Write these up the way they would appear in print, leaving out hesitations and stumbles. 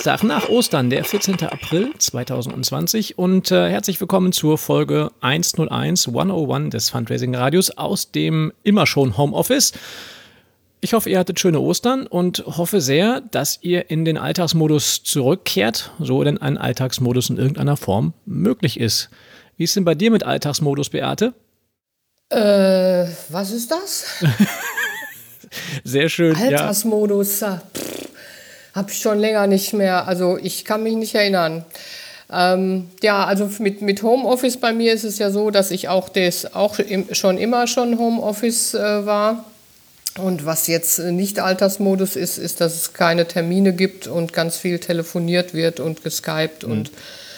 Dienstag nach Ostern, der 14. April 2020 und herzlich willkommen zur Folge 101 des Fundraising-Radios aus dem immer schon Homeoffice. Ich hoffe, ihr hattet schöne Ostern und hoffe sehr, dass ihr in den Alltagsmodus zurückkehrt, so denn ein Alltagsmodus in irgendeiner Form möglich ist. Wie ist denn bei dir mit Alltagsmodus, Beate? Was ist das? Sehr schön. Alltagsmodus, ja. Habe ich schon länger nicht mehr. Also ich kann mich nicht erinnern. Also mit Homeoffice bei mir ist es ja so, dass ich schon immer Homeoffice war. Und was jetzt nicht Alltagsmodus ist, dass es keine Termine gibt und ganz viel telefoniert wird und geskypt und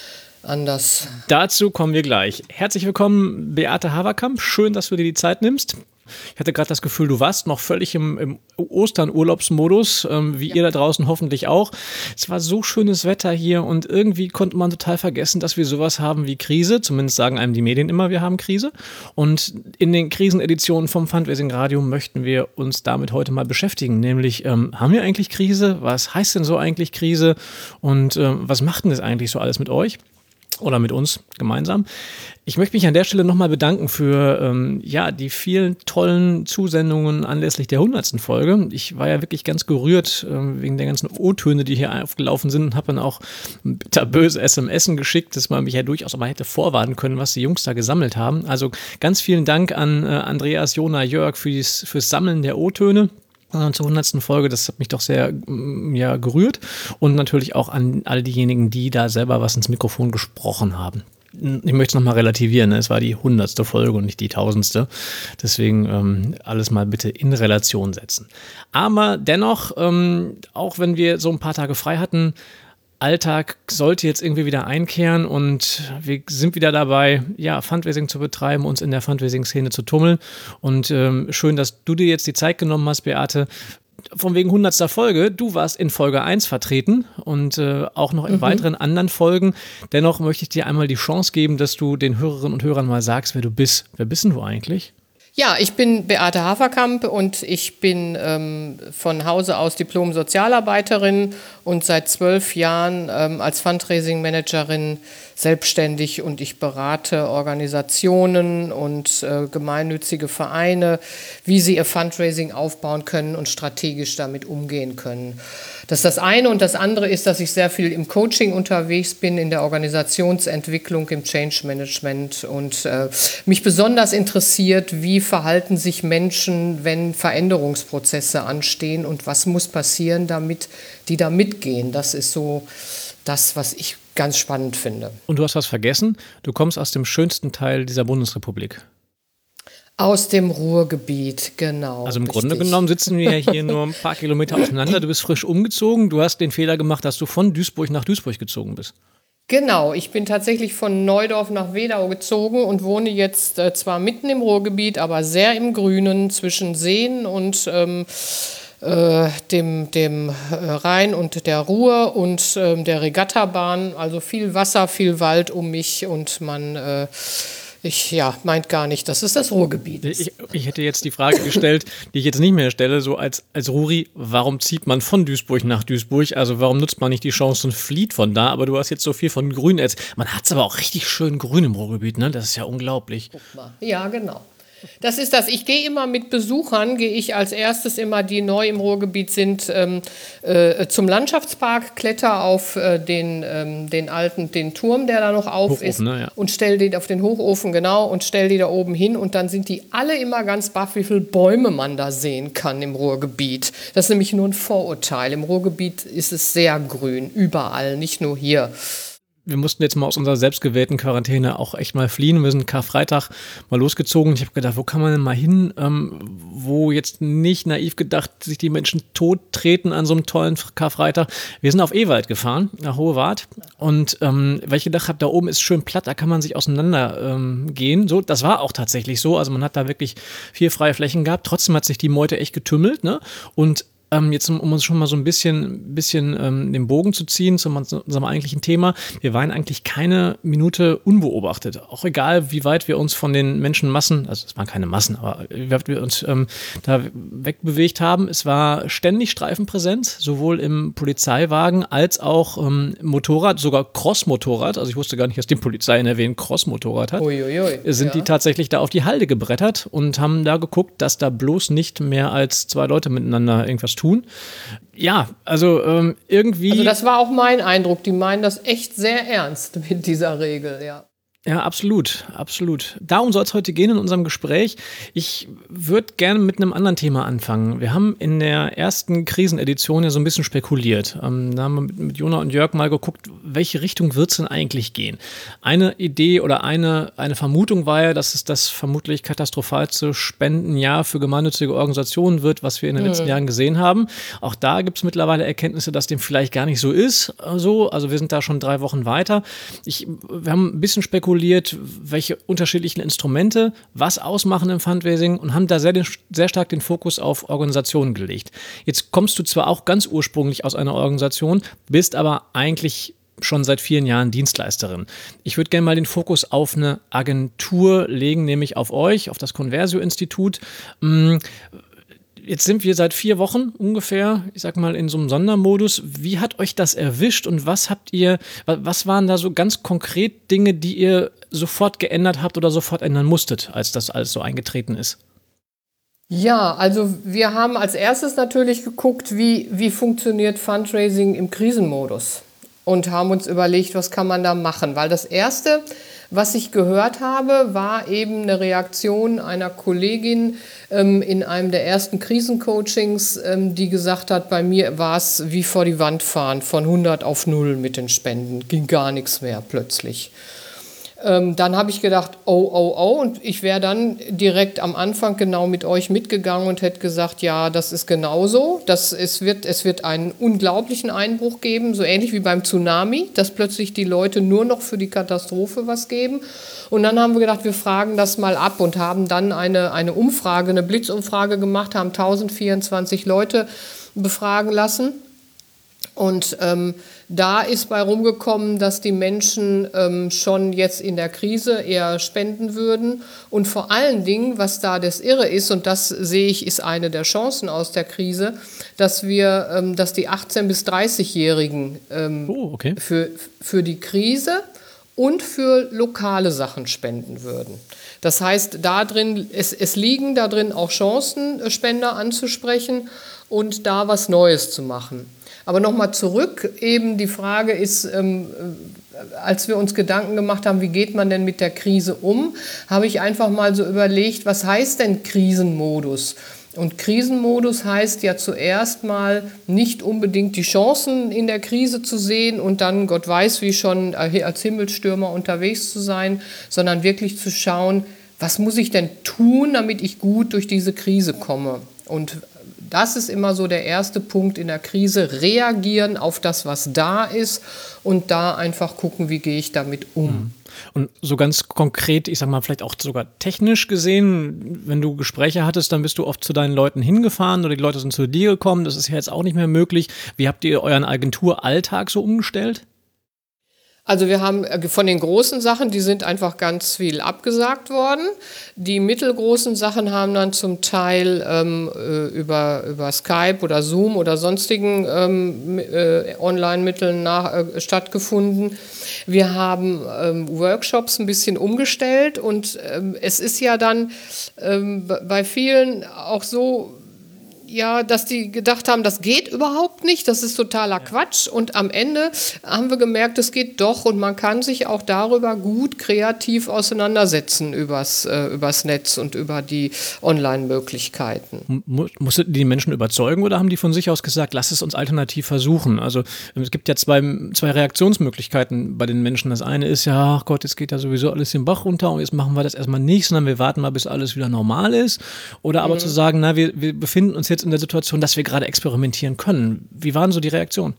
anders. Dazu kommen wir gleich. Herzlich willkommen, Beate Haverkamp. Schön, dass du dir die Zeit nimmst. Ich hatte gerade das Gefühl, du warst noch völlig im Ostern-Urlaubsmodus, wie ihr da draußen hoffentlich auch. Es war so schönes Wetter hier und irgendwie konnte man total vergessen, dass wir sowas haben wie Krise. Zumindest sagen einem die Medien immer, wir haben Krise. Und in den Kriseneditionen vom Fundraising Radio möchten wir uns damit heute mal beschäftigen. Nämlich, haben wir eigentlich Krise? Was heißt denn so eigentlich Krise? Und was macht denn das eigentlich so alles mit euch? Oder mit uns gemeinsam. Ich möchte mich an der Stelle nochmal bedanken für die vielen tollen Zusendungen anlässlich der 100. Folge. Ich war ja wirklich ganz gerührt wegen der ganzen O-Töne, die hier aufgelaufen sind und habe dann auch bitterböse SMS geschickt, dass man mich ja durchaus auch mal hätte vorwarnen können, was die Jungs da gesammelt haben. Also ganz vielen Dank an Andreas, Jona, Jörg fürs Sammeln der O-Töne. Zur 100. Folge, das hat mich doch sehr gerührt und natürlich auch an all diejenigen, die da selber was ins Mikrofon gesprochen haben. Ich möchte es nochmal relativieren, es war die 100. Folge und nicht die 1000. Deswegen alles mal bitte in Relation setzen. Aber dennoch, auch wenn wir so ein paar Tage frei hatten, Alltag sollte jetzt irgendwie wieder einkehren und wir sind wieder dabei, Fundraising zu betreiben, uns in der Fundraising-Szene zu tummeln. Und schön, dass du dir jetzt die Zeit genommen hast, Beate. Von wegen 100. Folge, du warst in Folge 1 vertreten und auch noch in weiteren anderen Folgen. Dennoch möchte ich dir einmal die Chance geben, dass du den Hörerinnen und Hörern mal sagst, wer du bist. Wer bist denn du eigentlich? Ja, ich bin Beate Haverkamp und ich bin von Hause aus Diplom-Sozialarbeiterin und seit 12 Jahren als Fundraising-Managerin selbstständig und ich berate Organisationen und gemeinnützige Vereine, wie sie ihr Fundraising aufbauen können und strategisch damit umgehen können. Das ist das eine und das andere ist, dass ich sehr viel im Coaching unterwegs bin, in der Organisationsentwicklung, im Change Management und mich besonders interessiert, wie verhalten sich Menschen, wenn Veränderungsprozesse anstehen und was muss passieren, damit die da mitgehen. Das ist so das, was ich ganz spannend finde. Und du hast was vergessen, du kommst aus dem schönsten Teil dieser Bundesrepublik. Aus dem Ruhrgebiet, genau. Also im Grunde genommen sitzen wir ja hier nur ein paar Kilometer auseinander. Du bist frisch umgezogen. Du hast den Fehler gemacht, dass du von Duisburg nach Duisburg gezogen bist. Genau, ich bin tatsächlich von Neudorf nach Wedau gezogen und wohne jetzt zwar mitten im Ruhrgebiet, aber sehr im Grünen zwischen Seen und dem Rhein und der Ruhr und der Regattabahn. Also viel Wasser, viel Wald um mich und meint gar nicht, dass es das Ruhrgebiet ist. Ich hätte jetzt die Frage gestellt, die ich jetzt nicht mehr stelle, so als Ruri, warum zieht man von Duisburg nach Duisburg? Also warum nutzt man nicht die Chance und flieht von da? Aber du hast jetzt so viel von Grün. Man hat es aber auch richtig schön grün im Ruhrgebiet, ne? Das ist ja unglaublich. Guck mal. Ja, genau. Das ist das. Ich gehe immer mit Besuchern, gehe ich als erstes immer, die neu im Ruhrgebiet sind, zum Landschaftspark, kletter auf den Turm, der da noch auf Hochofen, ist, ne, ja. Und stell die auf den Hochofen, genau, und stell die da oben hin und dann sind die alle immer ganz baff, wie viele Bäume man da sehen kann im Ruhrgebiet. Das ist nämlich nur ein Vorurteil. Im Ruhrgebiet ist es sehr grün, überall, nicht nur hier. Wir mussten jetzt mal aus unserer selbstgewählten Quarantäne auch echt mal fliehen. Wir sind Karfreitag mal losgezogen. Ich habe gedacht, wo kann man denn mal hin, wo jetzt nicht naiv gedacht sich die Menschen tot treten an so einem tollen Karfreitag. Wir sind auf Ewald gefahren, nach Hohe Wart. Und weil ich gedacht habe, da oben ist schön platt, da kann man sich auseinander gehen. So, das war auch tatsächlich so. Also man hat da wirklich viel freie Flächen gehabt. Trotzdem hat sich die Meute echt getümmelt, ne? Und Jetzt um uns schon mal so ein bisschen den Bogen zu ziehen zu unserem eigentlichen Thema. Wir waren eigentlich keine Minute unbeobachtet. Auch egal, wie weit wir uns von den Menschenmassen, also es waren keine Massen, aber wie weit wir uns da wegbewegt haben. Es war ständig Streifenpräsenz, sowohl im Polizeiwagen als auch Motorrad, sogar Cross-Motorrad. Also ich wusste gar nicht, dass die Polizei in NRW ein Cross-Motorrad hat. Sind die tatsächlich da auf die Halde gebrettert und haben da geguckt, dass da bloß nicht mehr als 2 Leute miteinander irgendwas tun. Ja, also irgendwie... Also das war auch mein Eindruck. Die meinen das echt sehr ernst mit dieser Regel, ja. Ja, absolut. Darum soll es heute gehen in unserem Gespräch. Ich würde gerne mit einem anderen Thema anfangen. Wir haben in der ersten Krisenedition ja so ein bisschen spekuliert. Da haben wir mit Jona und Jörg mal geguckt, welche Richtung wird es denn eigentlich gehen? Eine Idee oder eine Vermutung war ja, dass es das vermutlich katastrophalste Spendenjahr für gemeinnützige Organisationen wird, was wir in den letzten Jahren gesehen haben. Auch da gibt es mittlerweile Erkenntnisse, dass dem vielleicht gar nicht so ist. Also wir sind da schon 3 Wochen weiter. Wir haben ein bisschen spekuliert, welche unterschiedlichen Instrumente was ausmachen im Fundraising und haben da sehr stark den Fokus auf Organisationen gelegt. Jetzt kommst du zwar auch ganz ursprünglich aus einer Organisation, bist aber eigentlich schon seit vielen Jahren Dienstleisterin. Ich würde gerne mal den Fokus auf eine Agentur legen, nämlich auf euch, auf das Conversio-Institut. Jetzt sind wir seit 4 Wochen ungefähr, ich sag mal, in so einem Sondermodus. Wie hat euch das erwischt und was waren da so ganz konkret Dinge, die ihr sofort geändert habt oder sofort ändern musstet, als das alles so eingetreten ist? Ja, also wir haben als erstes natürlich geguckt, wie funktioniert Fundraising im Krisenmodus und haben uns überlegt, was kann man da machen, weil das Erste, was ich gehört habe, war eben eine Reaktion einer Kollegin in einem der ersten Krisencoachings, die gesagt hat, bei mir war es wie vor die Wand fahren, von 100 auf 0 mit den Spenden, ging gar nichts mehr plötzlich. Dann habe ich gedacht, oh, und ich wäre dann direkt am Anfang genau mit euch mitgegangen und hätte gesagt, ja, das ist genauso. Es wird einen unglaublichen Einbruch geben, so ähnlich wie beim Tsunami, dass plötzlich die Leute nur noch für die Katastrophe was geben. Und dann haben wir gedacht, wir fragen das mal ab und haben dann eine Umfrage, eine Blitzumfrage gemacht, haben 1024 Leute befragen lassen. Und da ist bei rumgekommen, dass die Menschen schon jetzt in der Krise eher spenden würden. Und vor allen Dingen, was da das Irre ist, und das sehe ich, ist eine der Chancen aus der Krise, dass die 18- bis 30-Jährigen für die Krise und für lokale Sachen spenden würden. Das heißt, es liegen da drin auch Chancen, Spender anzusprechen und da was Neues zu machen. Aber nochmal zurück, eben die Frage ist, als wir uns Gedanken gemacht haben, wie geht man denn mit der Krise um, habe ich einfach mal so überlegt, was heißt denn Krisenmodus? Und Krisenmodus heißt ja zuerst mal nicht unbedingt die Chancen in der Krise zu sehen und dann, Gott weiß wie schon, als Himmelsstürmer unterwegs zu sein, sondern wirklich zu schauen, was muss ich denn tun, damit ich gut durch diese Krise komme? Und das ist immer so der erste Punkt in der Krise, reagieren auf das, was da ist und da einfach gucken, wie gehe ich damit um. Und so ganz konkret, ich sag mal, vielleicht auch sogar technisch gesehen, wenn du Gespräche hattest, dann bist du oft zu deinen Leuten hingefahren oder die Leute sind zu dir gekommen, das ist ja jetzt auch nicht mehr möglich. Wie habt ihr euren Agenturalltag so umgestellt? Also wir haben von den großen Sachen, die sind einfach ganz viel abgesagt worden. Die mittelgroßen Sachen haben dann zum Teil über Skype oder Zoom oder sonstigen Online-Mitteln stattgefunden. Wir haben Workshops ein bisschen umgestellt und es ist ja dann bei vielen auch so, ja, dass die gedacht haben, das geht überhaupt nicht, das ist totaler Quatsch. Und am Ende haben wir gemerkt, es geht doch und man kann sich auch darüber gut kreativ auseinandersetzen übers Netz und über die Online-Möglichkeiten. Musstet ihr die Menschen überzeugen oder haben die von sich aus gesagt, lass es uns alternativ versuchen? Also es gibt ja zwei Reaktionsmöglichkeiten bei den Menschen. Das eine ist ja, ach Gott, jetzt geht ja sowieso alles den Bach runter und jetzt machen wir das erstmal nicht, sondern wir warten mal, bis alles wieder normal ist. Oder aber zu sagen, na, wir befinden uns jetzt in der Situation, dass wir gerade experimentieren können. Wie waren so die Reaktionen?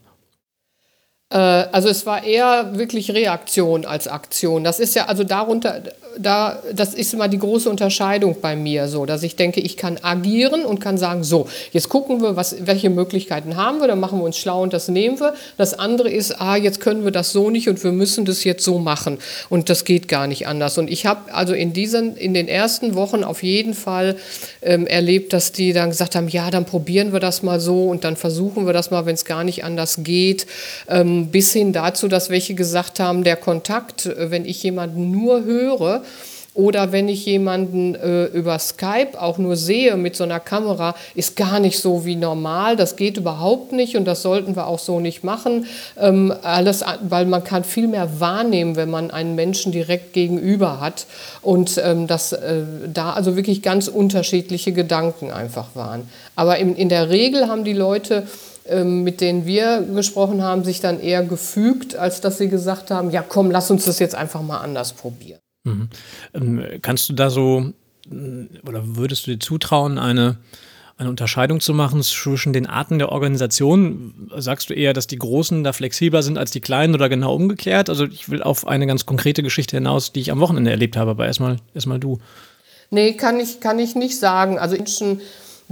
Also es war eher wirklich Reaktion als Aktion. Das ist ja, also das ist immer die große Unterscheidung bei mir, so, dass ich denke, ich kann agieren und kann sagen, so, jetzt gucken wir, welche Möglichkeiten haben wir, dann machen wir uns schlau und das nehmen wir. Das andere ist, jetzt können wir das so nicht und wir müssen das jetzt so machen und das geht gar nicht anders. Und ich habe also in den ersten Wochen auf jeden Fall erlebt, dass die dann gesagt haben, ja, dann probieren wir das mal so und dann versuchen wir das mal, wenn es gar nicht anders geht, bis hin dazu, dass welche gesagt haben, der Kontakt, wenn ich jemanden nur höre oder wenn ich jemanden über Skype auch nur sehe mit so einer Kamera, ist gar nicht so wie normal, das geht überhaupt nicht und das sollten wir auch so nicht machen, weil man kann viel mehr wahrnehmen, wenn man einen Menschen direkt gegenüber hat und da also wirklich ganz unterschiedliche Gedanken einfach waren. Aber in der Regel haben die Leute, mit denen wir gesprochen haben, sich dann eher gefügt, als dass sie gesagt haben, ja komm, lass uns das jetzt einfach mal anders probieren. Mhm. Kannst du da so, oder würdest du dir zutrauen, eine Unterscheidung zu machen zwischen den Arten der Organisation? Sagst du eher, dass die Großen da flexibler sind als die Kleinen oder genau umgekehrt? Also ich will auf eine ganz konkrete Geschichte hinaus, die ich am Wochenende erlebt habe, aber erstmal du. Nee, kann ich nicht sagen. Also Menschen,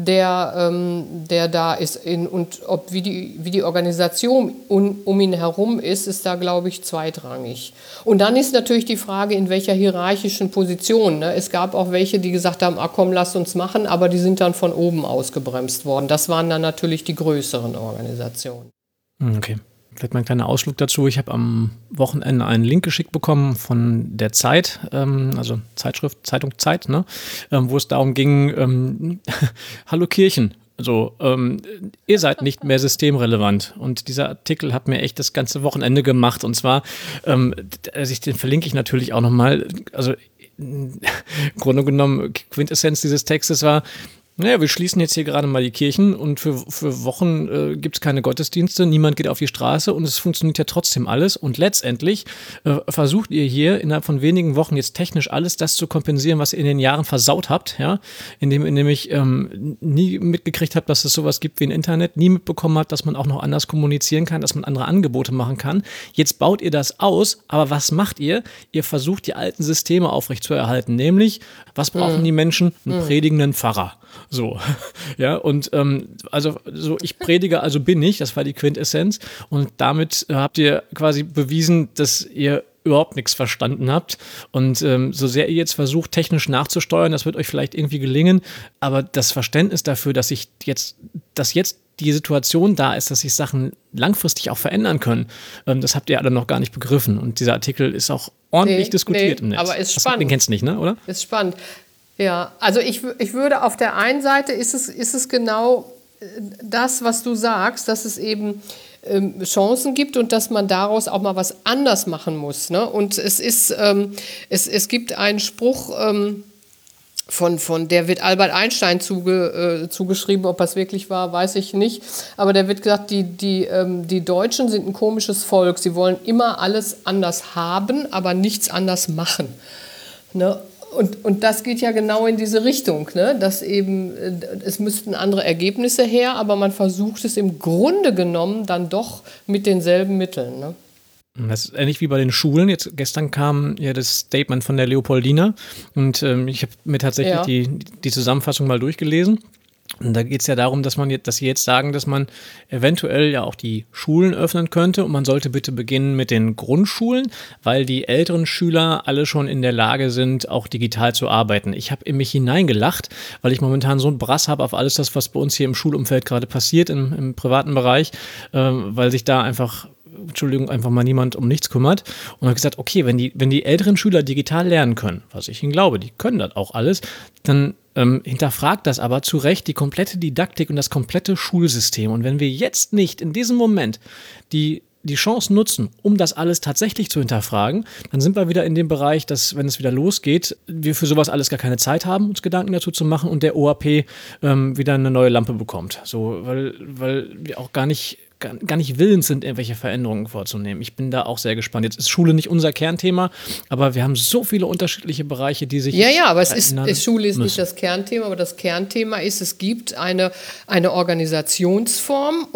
der da ist und wie die Organisation um ihn herum ist da, glaube ich, zweitrangig. Und dann ist natürlich die Frage, in welcher hierarchischen Position. Ne? Es gab auch welche, die gesagt haben, komm, lass uns machen, aber die sind dann von oben ausgebremst worden. Das waren dann natürlich die größeren Organisationen. Okay. Vielleicht mal ein kleiner Ausflug dazu. Ich habe am Wochenende einen Link geschickt bekommen von der Zeit, also Zeitung Zeit, ne? Wo es darum ging, hallo Kirchen, also ihr seid nicht mehr systemrelevant. Und dieser Artikel hat mir echt das ganze Wochenende gemacht. Und zwar, den verlinke ich natürlich auch nochmal. Also im Grunde genommen, Quintessenz dieses Textes war, naja, wir schließen jetzt hier gerade mal die Kirchen und für Wochen gibt es keine Gottesdienste, niemand geht auf die Straße und es funktioniert ja trotzdem alles. Und letztendlich versucht ihr hier innerhalb von wenigen Wochen jetzt technisch alles das zu kompensieren, was ihr in den Jahren versaut habt, ja, indem ich nie mitgekriegt habe, dass es sowas gibt wie ein Internet, nie mitbekommen habt, dass man auch noch anders kommunizieren kann, dass man andere Angebote machen kann. Jetzt baut ihr das aus, aber was macht ihr? Ihr versucht die alten Systeme aufrechtzuerhalten, nämlich, was brauchen die Menschen? Einen predigenden Pfarrer. So, ja, und ich predige, also bin ich, das war die Quintessenz. Und damit habt ihr quasi bewiesen, dass ihr überhaupt nichts verstanden habt. Und so sehr ihr jetzt versucht, technisch nachzusteuern, das wird euch vielleicht irgendwie gelingen, aber das Verständnis dafür, dass jetzt die Situation da ist, dass sich Sachen langfristig auch verändern können, das habt ihr alle noch gar nicht begriffen. Und dieser Artikel ist auch ordentlich diskutiert im Netz. Aber ist spannend. Den kennst du nicht, ne, oder? Ist spannend. Ja, also ich würde auf der einen Seite ist es genau das, was du sagst, dass es eben Chancen gibt und dass man daraus auch mal was anders machen muss. Ne? Und es gibt einen Spruch, der wird Albert Einstein zugeschrieben, ob das wirklich war, weiß ich nicht. Aber der wird gesagt, die Deutschen sind ein komisches Volk. Sie wollen immer alles anders haben, aber nichts anders machen. Ne? Und das geht ja genau in diese Richtung, ne? Dass eben, es müssten andere Ergebnisse her, aber man versucht es im Grunde genommen dann doch mit denselben Mitteln. Ne? Das ist ähnlich wie bei den Schulen. Jetzt gestern kam ja das Statement von der Leopoldina und ich habe mir tatsächlich die Zusammenfassung mal durchgelesen. Und da geht es ja darum, dass sie jetzt sagen, dass man eventuell ja auch die Schulen öffnen könnte und man sollte bitte beginnen mit den Grundschulen, weil die älteren Schüler alle schon in der Lage sind, auch digital zu arbeiten. Ich habe in mich hineingelacht, weil ich momentan so einen Brass habe auf alles das, was bei uns hier im Schulumfeld gerade passiert, im privaten Bereich, weil sich da einfach mal niemand um nichts kümmert. Und habe gesagt, okay, wenn die älteren Schüler digital lernen können, was ich ihnen glaube, die können das auch alles, dann hinterfragt das aber zu Recht die komplette Didaktik und das komplette Schulsystem. Und wenn wir jetzt nicht in diesem Moment die Chance nutzen, um das alles tatsächlich zu hinterfragen, dann sind wir wieder in dem Bereich, dass, wenn es wieder losgeht, wir für sowas alles gar keine Zeit haben, uns Gedanken dazu zu machen und der OAP wieder eine neue Lampe bekommt. So, weil wir auch gar nicht willens sind, irgendwelche Veränderungen vorzunehmen. Ich bin da auch sehr gespannt. Jetzt ist Schule nicht unser Kernthema, aber wir haben so viele unterschiedliche Bereiche, die sich aber Schule ist nicht das Kernthema, aber das Kernthema ist, es gibt eine Organisationsform und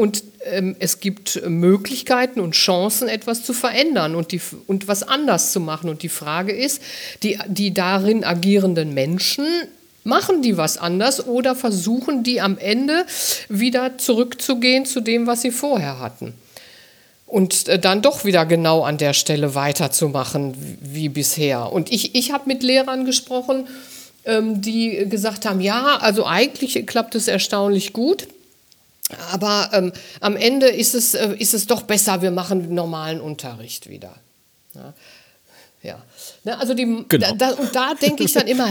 es gibt Möglichkeiten und Chancen, etwas zu verändern und was anders zu machen. Und die Frage ist, die darin agierenden Menschen, machen die was anders oder versuchen die am Ende wieder zurückzugehen zu dem, was sie vorher hatten? Und dann doch wieder genau an der Stelle weiterzumachen wie bisher. Und ich habe mit Lehrern gesprochen, die gesagt haben, ja, also eigentlich klappt es erstaunlich gut, aber am Ende ist es doch besser, wir machen normalen Unterricht wieder. Ja. Ja, also genau. Und da denke ich dann immer,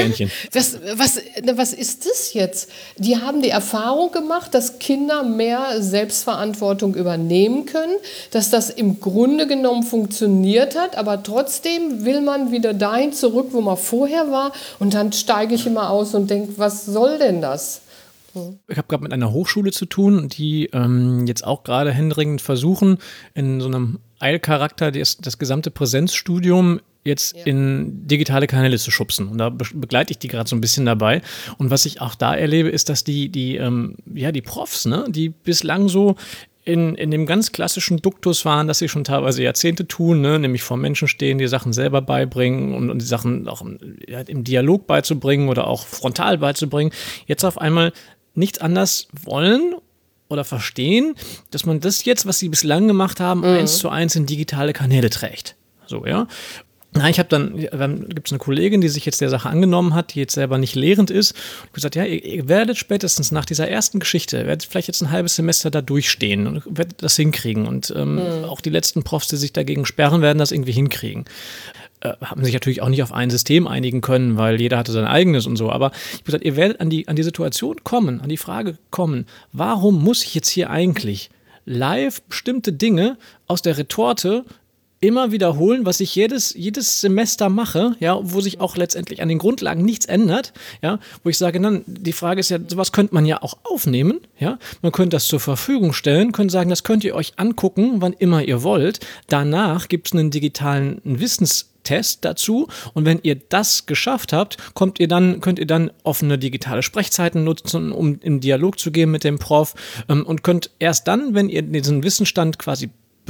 was ist das jetzt? Die haben die Erfahrung gemacht, dass Kinder mehr Selbstverantwortung übernehmen können, dass das im Grunde genommen funktioniert hat, aber trotzdem will man wieder dahin zurück, wo man vorher war, und dann steige ich immer aus und denke, was soll denn das? Ich habe gerade mit einer Hochschule zu tun, die jetzt auch gerade händeringend versuchen, in so einem Eilcharakter das gesamte Präsenzstudium jetzt in digitale Kanäle zu schubsen. Und da begleite ich die gerade so ein bisschen dabei. Und was ich auch da erlebe, ist, dass die Profs, ne, die bislang so in dem ganz klassischen Duktus waren, dass sie schon teilweise Jahrzehnte tun, ne? Nämlich vor Menschen stehen, die Sachen selber beibringen und die Sachen auch im Dialog beizubringen oder auch frontal beizubringen, jetzt auf einmal nichts anders wollen oder verstehen, dass man das jetzt, was sie bislang gemacht haben, 1:1 in digitale Kanäle trägt. So, ja. Na, dann gibt es eine Kollegin, die sich jetzt der Sache angenommen hat, die jetzt selber nicht lehrend ist, und gesagt, ja, ihr werdet spätestens nach dieser ersten Geschichte, werdet vielleicht jetzt ein halbes Semester da durchstehen und werdet das hinkriegen. Und auch die letzten Profs, die sich dagegen sperren, werden das irgendwie hinkriegen. Haben sich natürlich auch nicht auf ein System einigen können, weil jeder hatte sein eigenes und so. Aber ich habe gesagt, ihr werdet an die Situation kommen, an die Frage kommen, warum muss ich jetzt hier eigentlich live bestimmte Dinge aus der Retorte immer wiederholen, was ich jedes Semester mache, ja, wo sich auch letztendlich an den Grundlagen nichts ändert, ja, wo ich sage, dann, die Frage ist ja, sowas könnte man ja auch aufnehmen, ja, man könnte das zur Verfügung stellen, könnte sagen, das könnt ihr euch angucken, wann immer ihr wollt, danach gibt es einen digitalen Wissenstest dazu, und wenn ihr das geschafft habt, könnt ihr dann offene digitale Sprechzeiten nutzen, um in Dialog zu gehen mit dem Prof, und könnt erst dann, wenn ihr diesen Wissensstand quasi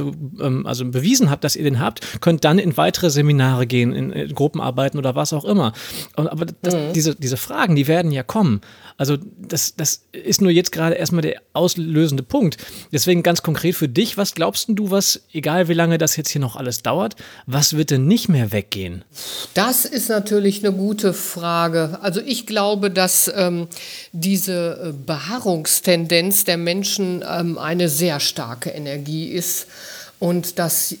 bewiesen habt, dass ihr den habt, könnt dann in weitere Seminare gehen, in Gruppenarbeiten oder was auch immer. Aber diese Fragen, die werden ja kommen. Also das ist nur jetzt gerade erstmal der auslösende Punkt. Deswegen ganz konkret für dich, was glaubst du, egal wie lange das jetzt hier noch alles dauert, was wird denn nicht mehr weggehen? Das ist natürlich eine gute Frage. Also ich glaube, dass diese Beharrungstendenz der Menschen eine sehr starke Energie ist. Und dass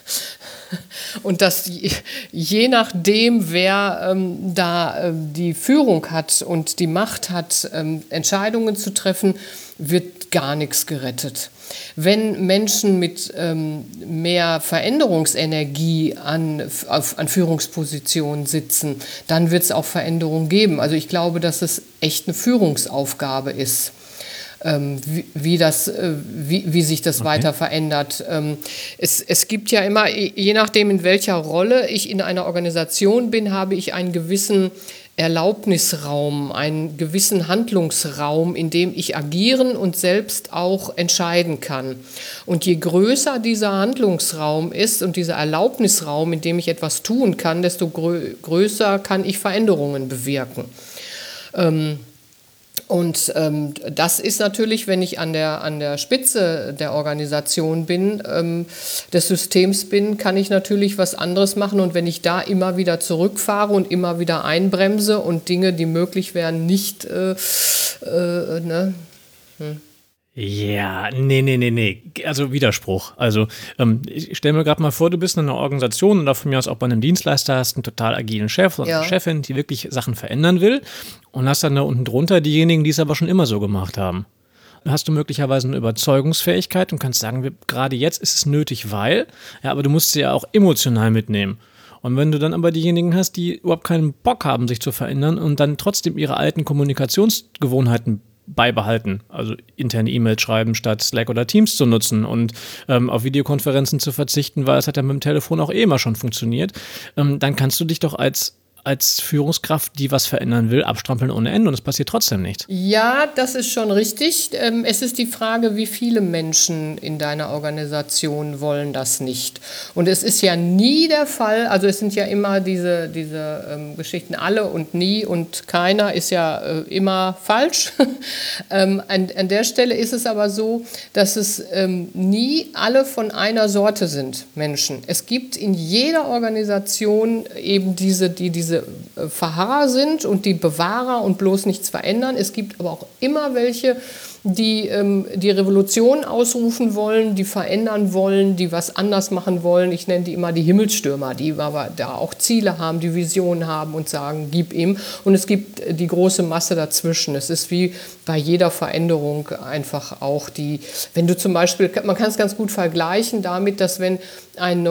je nachdem, wer da die Führung hat und die Macht hat, Entscheidungen zu treffen, wird gar nichts gerettet. Wenn Menschen mit mehr Veränderungsenergie an Führungspositionen sitzen, dann wird es auch Veränderungen geben. Also ich glaube, dass es echt eine Führungsaufgabe ist. Wie sich das weiter verändert. Es gibt ja immer, je nachdem, in welcher Rolle ich in einer Organisation bin, habe ich einen gewissen Erlaubnisraum, einen gewissen Handlungsraum, in dem ich agieren und selbst auch entscheiden kann. Und je größer dieser Handlungsraum ist und dieser Erlaubnisraum, in dem ich etwas tun kann, desto größer kann ich Veränderungen bewirken. Und das ist natürlich, wenn ich an der Spitze der Organisation bin, des Systems bin, kann ich natürlich was anderes machen. Und wenn ich da immer wieder zurückfahre und immer wieder einbremse und Dinge, die möglich wären, nicht Ja, nee. Also Widerspruch. Also ich stelle mir gerade mal vor, du bist in einer Organisation oder von mir aus auch bei einem Dienstleister, hast einen total agilen Chef oder eine Chefin, die wirklich Sachen verändern will, und hast dann da unten drunter diejenigen, die es aber schon immer so gemacht haben. Dann hast du möglicherweise eine Überzeugungsfähigkeit und kannst sagen, gerade jetzt ist es nötig, weil, ja, aber du musst sie ja auch emotional mitnehmen. Und wenn du dann aber diejenigen hast, die überhaupt keinen Bock haben, sich zu verändern und dann trotzdem ihre alten Kommunikationsgewohnheiten beibehalten, also interne E-Mails schreiben, statt Slack oder Teams zu nutzen und auf Videokonferenzen zu verzichten, weil es hat ja mit dem Telefon auch immer schon funktioniert, dann kannst du dich doch als als Führungskraft, die was verändern will, abstrampeln ohne Ende und es passiert trotzdem nichts. Ja, das ist schon richtig. Es ist die Frage, wie viele Menschen in deiner Organisation wollen das nicht. Und es ist ja nie der Fall, also es sind ja immer diese Geschichten alle und nie und keiner ist ja immer falsch. An der Stelle ist es aber so, dass es nie alle von einer Sorte sind, Menschen. Es gibt in jeder Organisation eben diese Verharrer sind und die Bewahrer und bloß nichts verändern. Es gibt aber auch immer welche, die die Revolution ausrufen wollen, die verändern wollen, die was anders machen wollen. Ich nenne die immer die Himmelsstürmer, die aber da auch Ziele haben, die Visionen haben und sagen, gib ihm. Und es gibt die große Masse dazwischen. Es ist wie bei jeder Veränderung einfach auch wenn du zum Beispiel, man kann es ganz gut vergleichen damit, dass wenn eine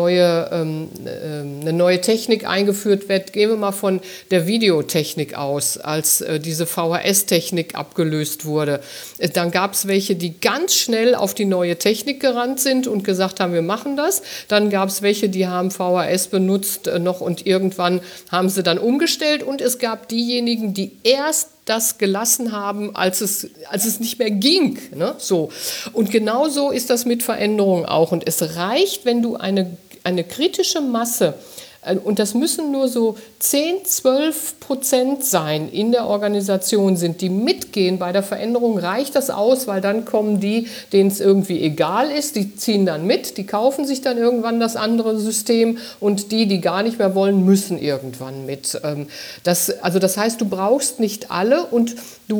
neue Technik eingeführt wird, gehen wir mal von der Videotechnik aus, als diese VHS-Technik abgelöst wurde. Dann gab es welche, die ganz schnell auf die neue Technik gerannt sind und gesagt haben, wir machen das. Dann gab es welche, die haben VHS benutzt noch und irgendwann haben sie dann umgestellt. Und es gab diejenigen, die erst das gelassen haben, als es nicht mehr ging. Ne? So. Und genauso ist das mit Veränderungen auch. Und es reicht, wenn du eine kritische Masse, und das müssen nur so 10-12% sein in der Organisation sind, die mitgehen bei der Veränderung, reicht das aus, weil dann kommen die, denen es irgendwie egal ist, die ziehen dann mit, die kaufen sich dann irgendwann das andere System und die gar nicht mehr wollen, müssen irgendwann mit. Das heißt, du brauchst nicht alle und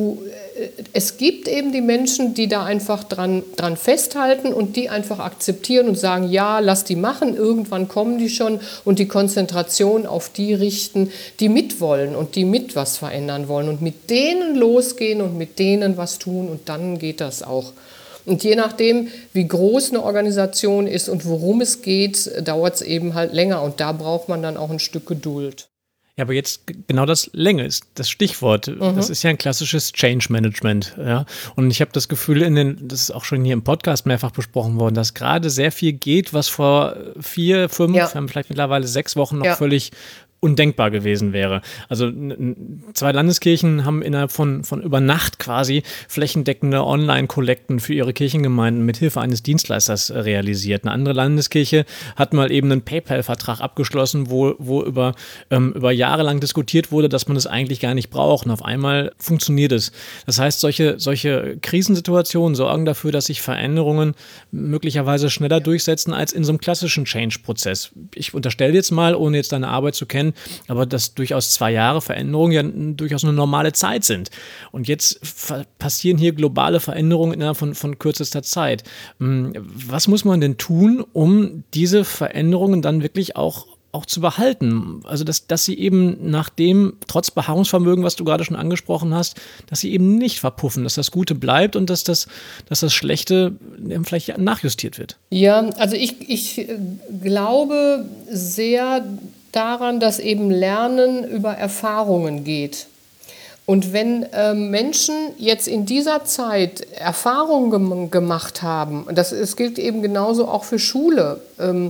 es gibt eben die Menschen, die da einfach dran festhalten und die einfach akzeptieren und sagen, ja, lass die machen, irgendwann kommen die schon und die Konzentration auf die richten, die mitwollen und die mit was verändern wollen und mit denen losgehen und mit denen was tun und dann geht das auch. Und je nachdem, wie groß eine Organisation ist und worum es geht, dauert es eben halt länger und da braucht man dann auch ein Stück Geduld. Ja, aber jetzt genau das Länge ist das Stichwort. Das ist ja ein klassisches Change Management. Ja? Und ich habe das Gefühl, das ist auch schon hier im Podcast mehrfach besprochen worden, dass gerade sehr viel geht, was vor 4, 5, vielleicht mittlerweile 6 Wochen noch völlig undenkbar gewesen wäre. Also 2 Landeskirchen haben innerhalb von über Nacht quasi flächendeckende Online-Kollekten für ihre Kirchengemeinden mit Hilfe eines Dienstleisters realisiert. Eine andere Landeskirche hat mal eben einen PayPal-Vertrag abgeschlossen, wo über Jahre lang diskutiert wurde, dass man es eigentlich gar nicht braucht. Und auf einmal funktioniert es. Das heißt, solche Krisensituationen sorgen dafür, dass sich Veränderungen möglicherweise schneller durchsetzen als in so einem klassischen Change-Prozess. Ich unterstelle jetzt mal, ohne jetzt deine Arbeit zu kennen, aber dass durchaus 2 Jahre Veränderungen ja durchaus eine normale Zeit sind. Und jetzt passieren hier globale Veränderungen innerhalb von kürzester Zeit. Was muss man denn tun, um diese Veränderungen dann wirklich auch zu behalten? Also, dass sie eben trotz Beharrungsvermögen, was du gerade schon angesprochen hast, dass sie eben nicht verpuffen, dass das Gute bleibt und dass das Schlechte vielleicht nachjustiert wird. Ja, also ich glaube sehr daran, dass eben Lernen über Erfahrungen geht. Und wenn Menschen jetzt in dieser Zeit Erfahrungen gemacht haben, es gilt eben genauso auch für Schule,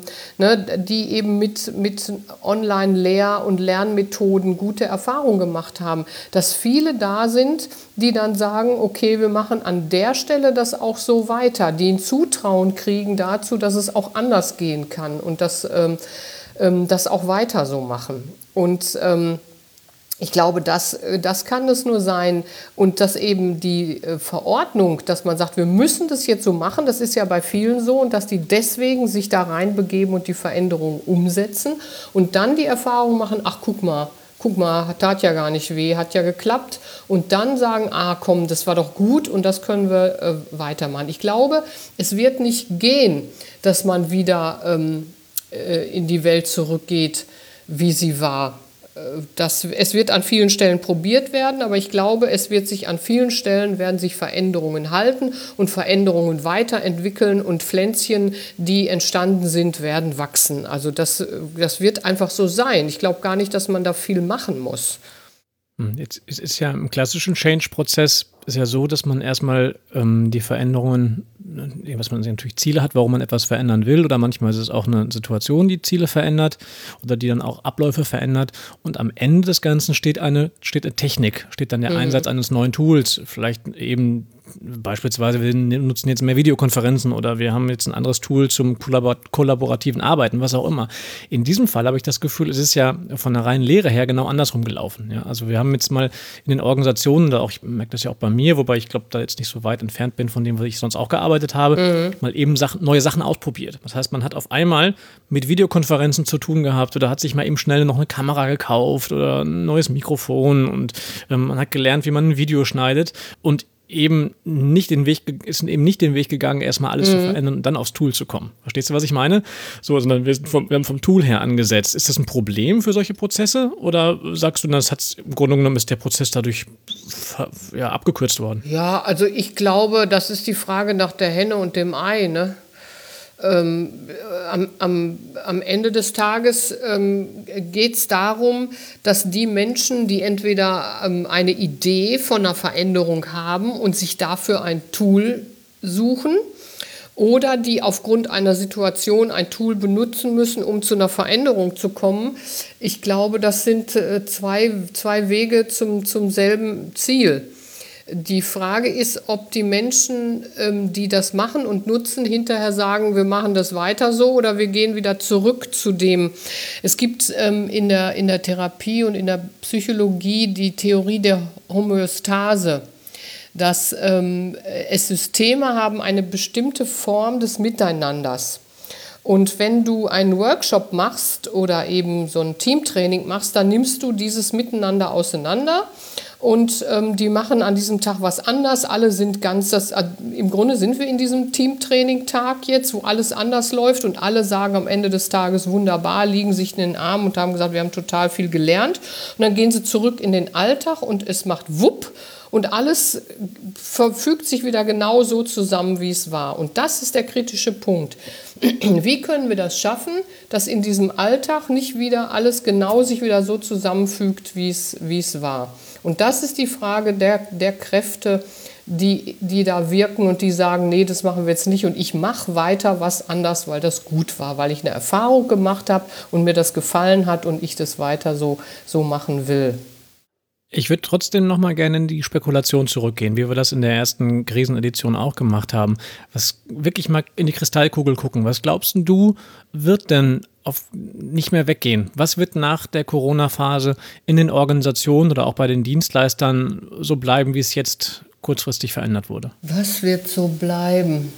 die eben mit Online-Lehr- und Lernmethoden gute Erfahrungen gemacht haben, dass viele da sind, die dann sagen, okay, wir machen an der Stelle das auch so weiter, die ein Zutrauen kriegen dazu, dass es auch anders gehen kann und das auch weiter so machen. Und ich glaube, das kann es nur sein. Und dass eben die Verordnung, dass man sagt, wir müssen das jetzt so machen, das ist ja bei vielen so, und dass die deswegen sich da reinbegeben und die Veränderungen umsetzen und dann die Erfahrung machen, ach guck mal, tat ja gar nicht weh, hat ja geklappt. Und dann sagen, komm, das war doch gut und das können wir weitermachen. Ich glaube, es wird nicht gehen, dass man wieder in die Welt zurückgeht, wie sie war. Es wird an vielen Stellen probiert werden, aber ich glaube, an vielen Stellen werden sich Veränderungen halten und Veränderungen weiterentwickeln und Pflänzchen, die entstanden sind, werden wachsen. Also das wird einfach so sein. Ich glaube gar nicht, dass man da viel machen muss. Jetzt ist ja im klassischen Change-Prozess ist ja so, dass man erstmal die Veränderungen, was man natürlich Ziele hat, warum man etwas verändern will, oder manchmal ist es auch eine Situation, die Ziele verändert oder die dann auch Abläufe verändert. Und am Ende des Ganzen steht eine Technik, steht dann der Einsatz eines neuen Tools, vielleicht eben beispielsweise, wir nutzen jetzt mehr Videokonferenzen oder wir haben jetzt ein anderes Tool zum kollaborativen Arbeiten, was auch immer. In diesem Fall habe ich das Gefühl, es ist ja von der reinen Lehre her genau andersrum gelaufen. Ja? Also wir haben jetzt mal in den Organisationen, ich merke das ja auch bei mir, wobei ich glaube, da jetzt nicht so weit entfernt bin von dem, was ich sonst auch gearbeitet habe, mal eben neue Sachen ausprobiert. Das heißt, man hat auf einmal mit Videokonferenzen zu tun gehabt oder hat sich mal eben schnell noch eine Kamera gekauft oder ein neues Mikrofon und man hat gelernt, wie man ein Video schneidet und ist eben nicht den Weg gegangen, erstmal alles zu verändern und dann aufs Tool zu kommen. Verstehst du, was ich meine? So, sondern wir haben vom Tool her angesetzt. Ist das ein Problem für solche Prozesse? Oder sagst du, im Grunde genommen ist der Prozess dadurch abgekürzt worden? Ja, also ich glaube, das ist die Frage nach der Henne und dem Ei, ne? Am Ende des Tages geht es darum, dass die Menschen, die entweder eine Idee von einer Veränderung haben und sich dafür ein Tool suchen oder die aufgrund einer Situation ein Tool benutzen müssen, um zu einer Veränderung zu kommen. Ich glaube, das sind zwei Wege zum selben Ziel. Die Frage ist, ob die Menschen, die das machen und nutzen, hinterher sagen, wir machen das weiter so oder wir gehen wieder zurück zu dem. Es gibt in der Therapie und in der Psychologie die Theorie der Homöostase, dass es Systeme haben eine bestimmte Form des Miteinanders. Und wenn du einen Workshop machst oder eben so ein Teamtraining machst, dann nimmst du dieses Miteinander auseinander und die machen an diesem Tag was anders. Alle sind im Grunde sind wir in diesem Teamtraining-Tag jetzt, wo alles anders läuft und alle sagen am Ende des Tages wunderbar, liegen sich in den Armen und haben gesagt, wir haben total viel gelernt. Und dann gehen sie zurück in den Alltag und es macht wupp. Und alles verfügt sich wieder genau so zusammen, wie es war. Und das ist der kritische Punkt. Wie können wir das schaffen, dass in diesem Alltag nicht wieder alles genau sich wieder so zusammenfügt, wie es war? Und das ist die Frage der Kräfte, die da wirken und die sagen, nee, das machen wir jetzt nicht und ich mache weiter was anders, weil das gut war, weil ich eine Erfahrung gemacht habe und mir das gefallen hat und ich das weiter so machen will. Ich würde trotzdem noch mal gerne in die Spekulation zurückgehen, wie wir das in der ersten Krisenedition auch gemacht haben. Wirklich mal in die Kristallkugel gucken. Was glaubst du, wird denn nicht mehr weggehen? Was wird nach der Corona-Phase in den Organisationen oder auch bei den Dienstleistern so bleiben, wie es jetzt kurzfristig verändert wurde? Was wird so bleiben?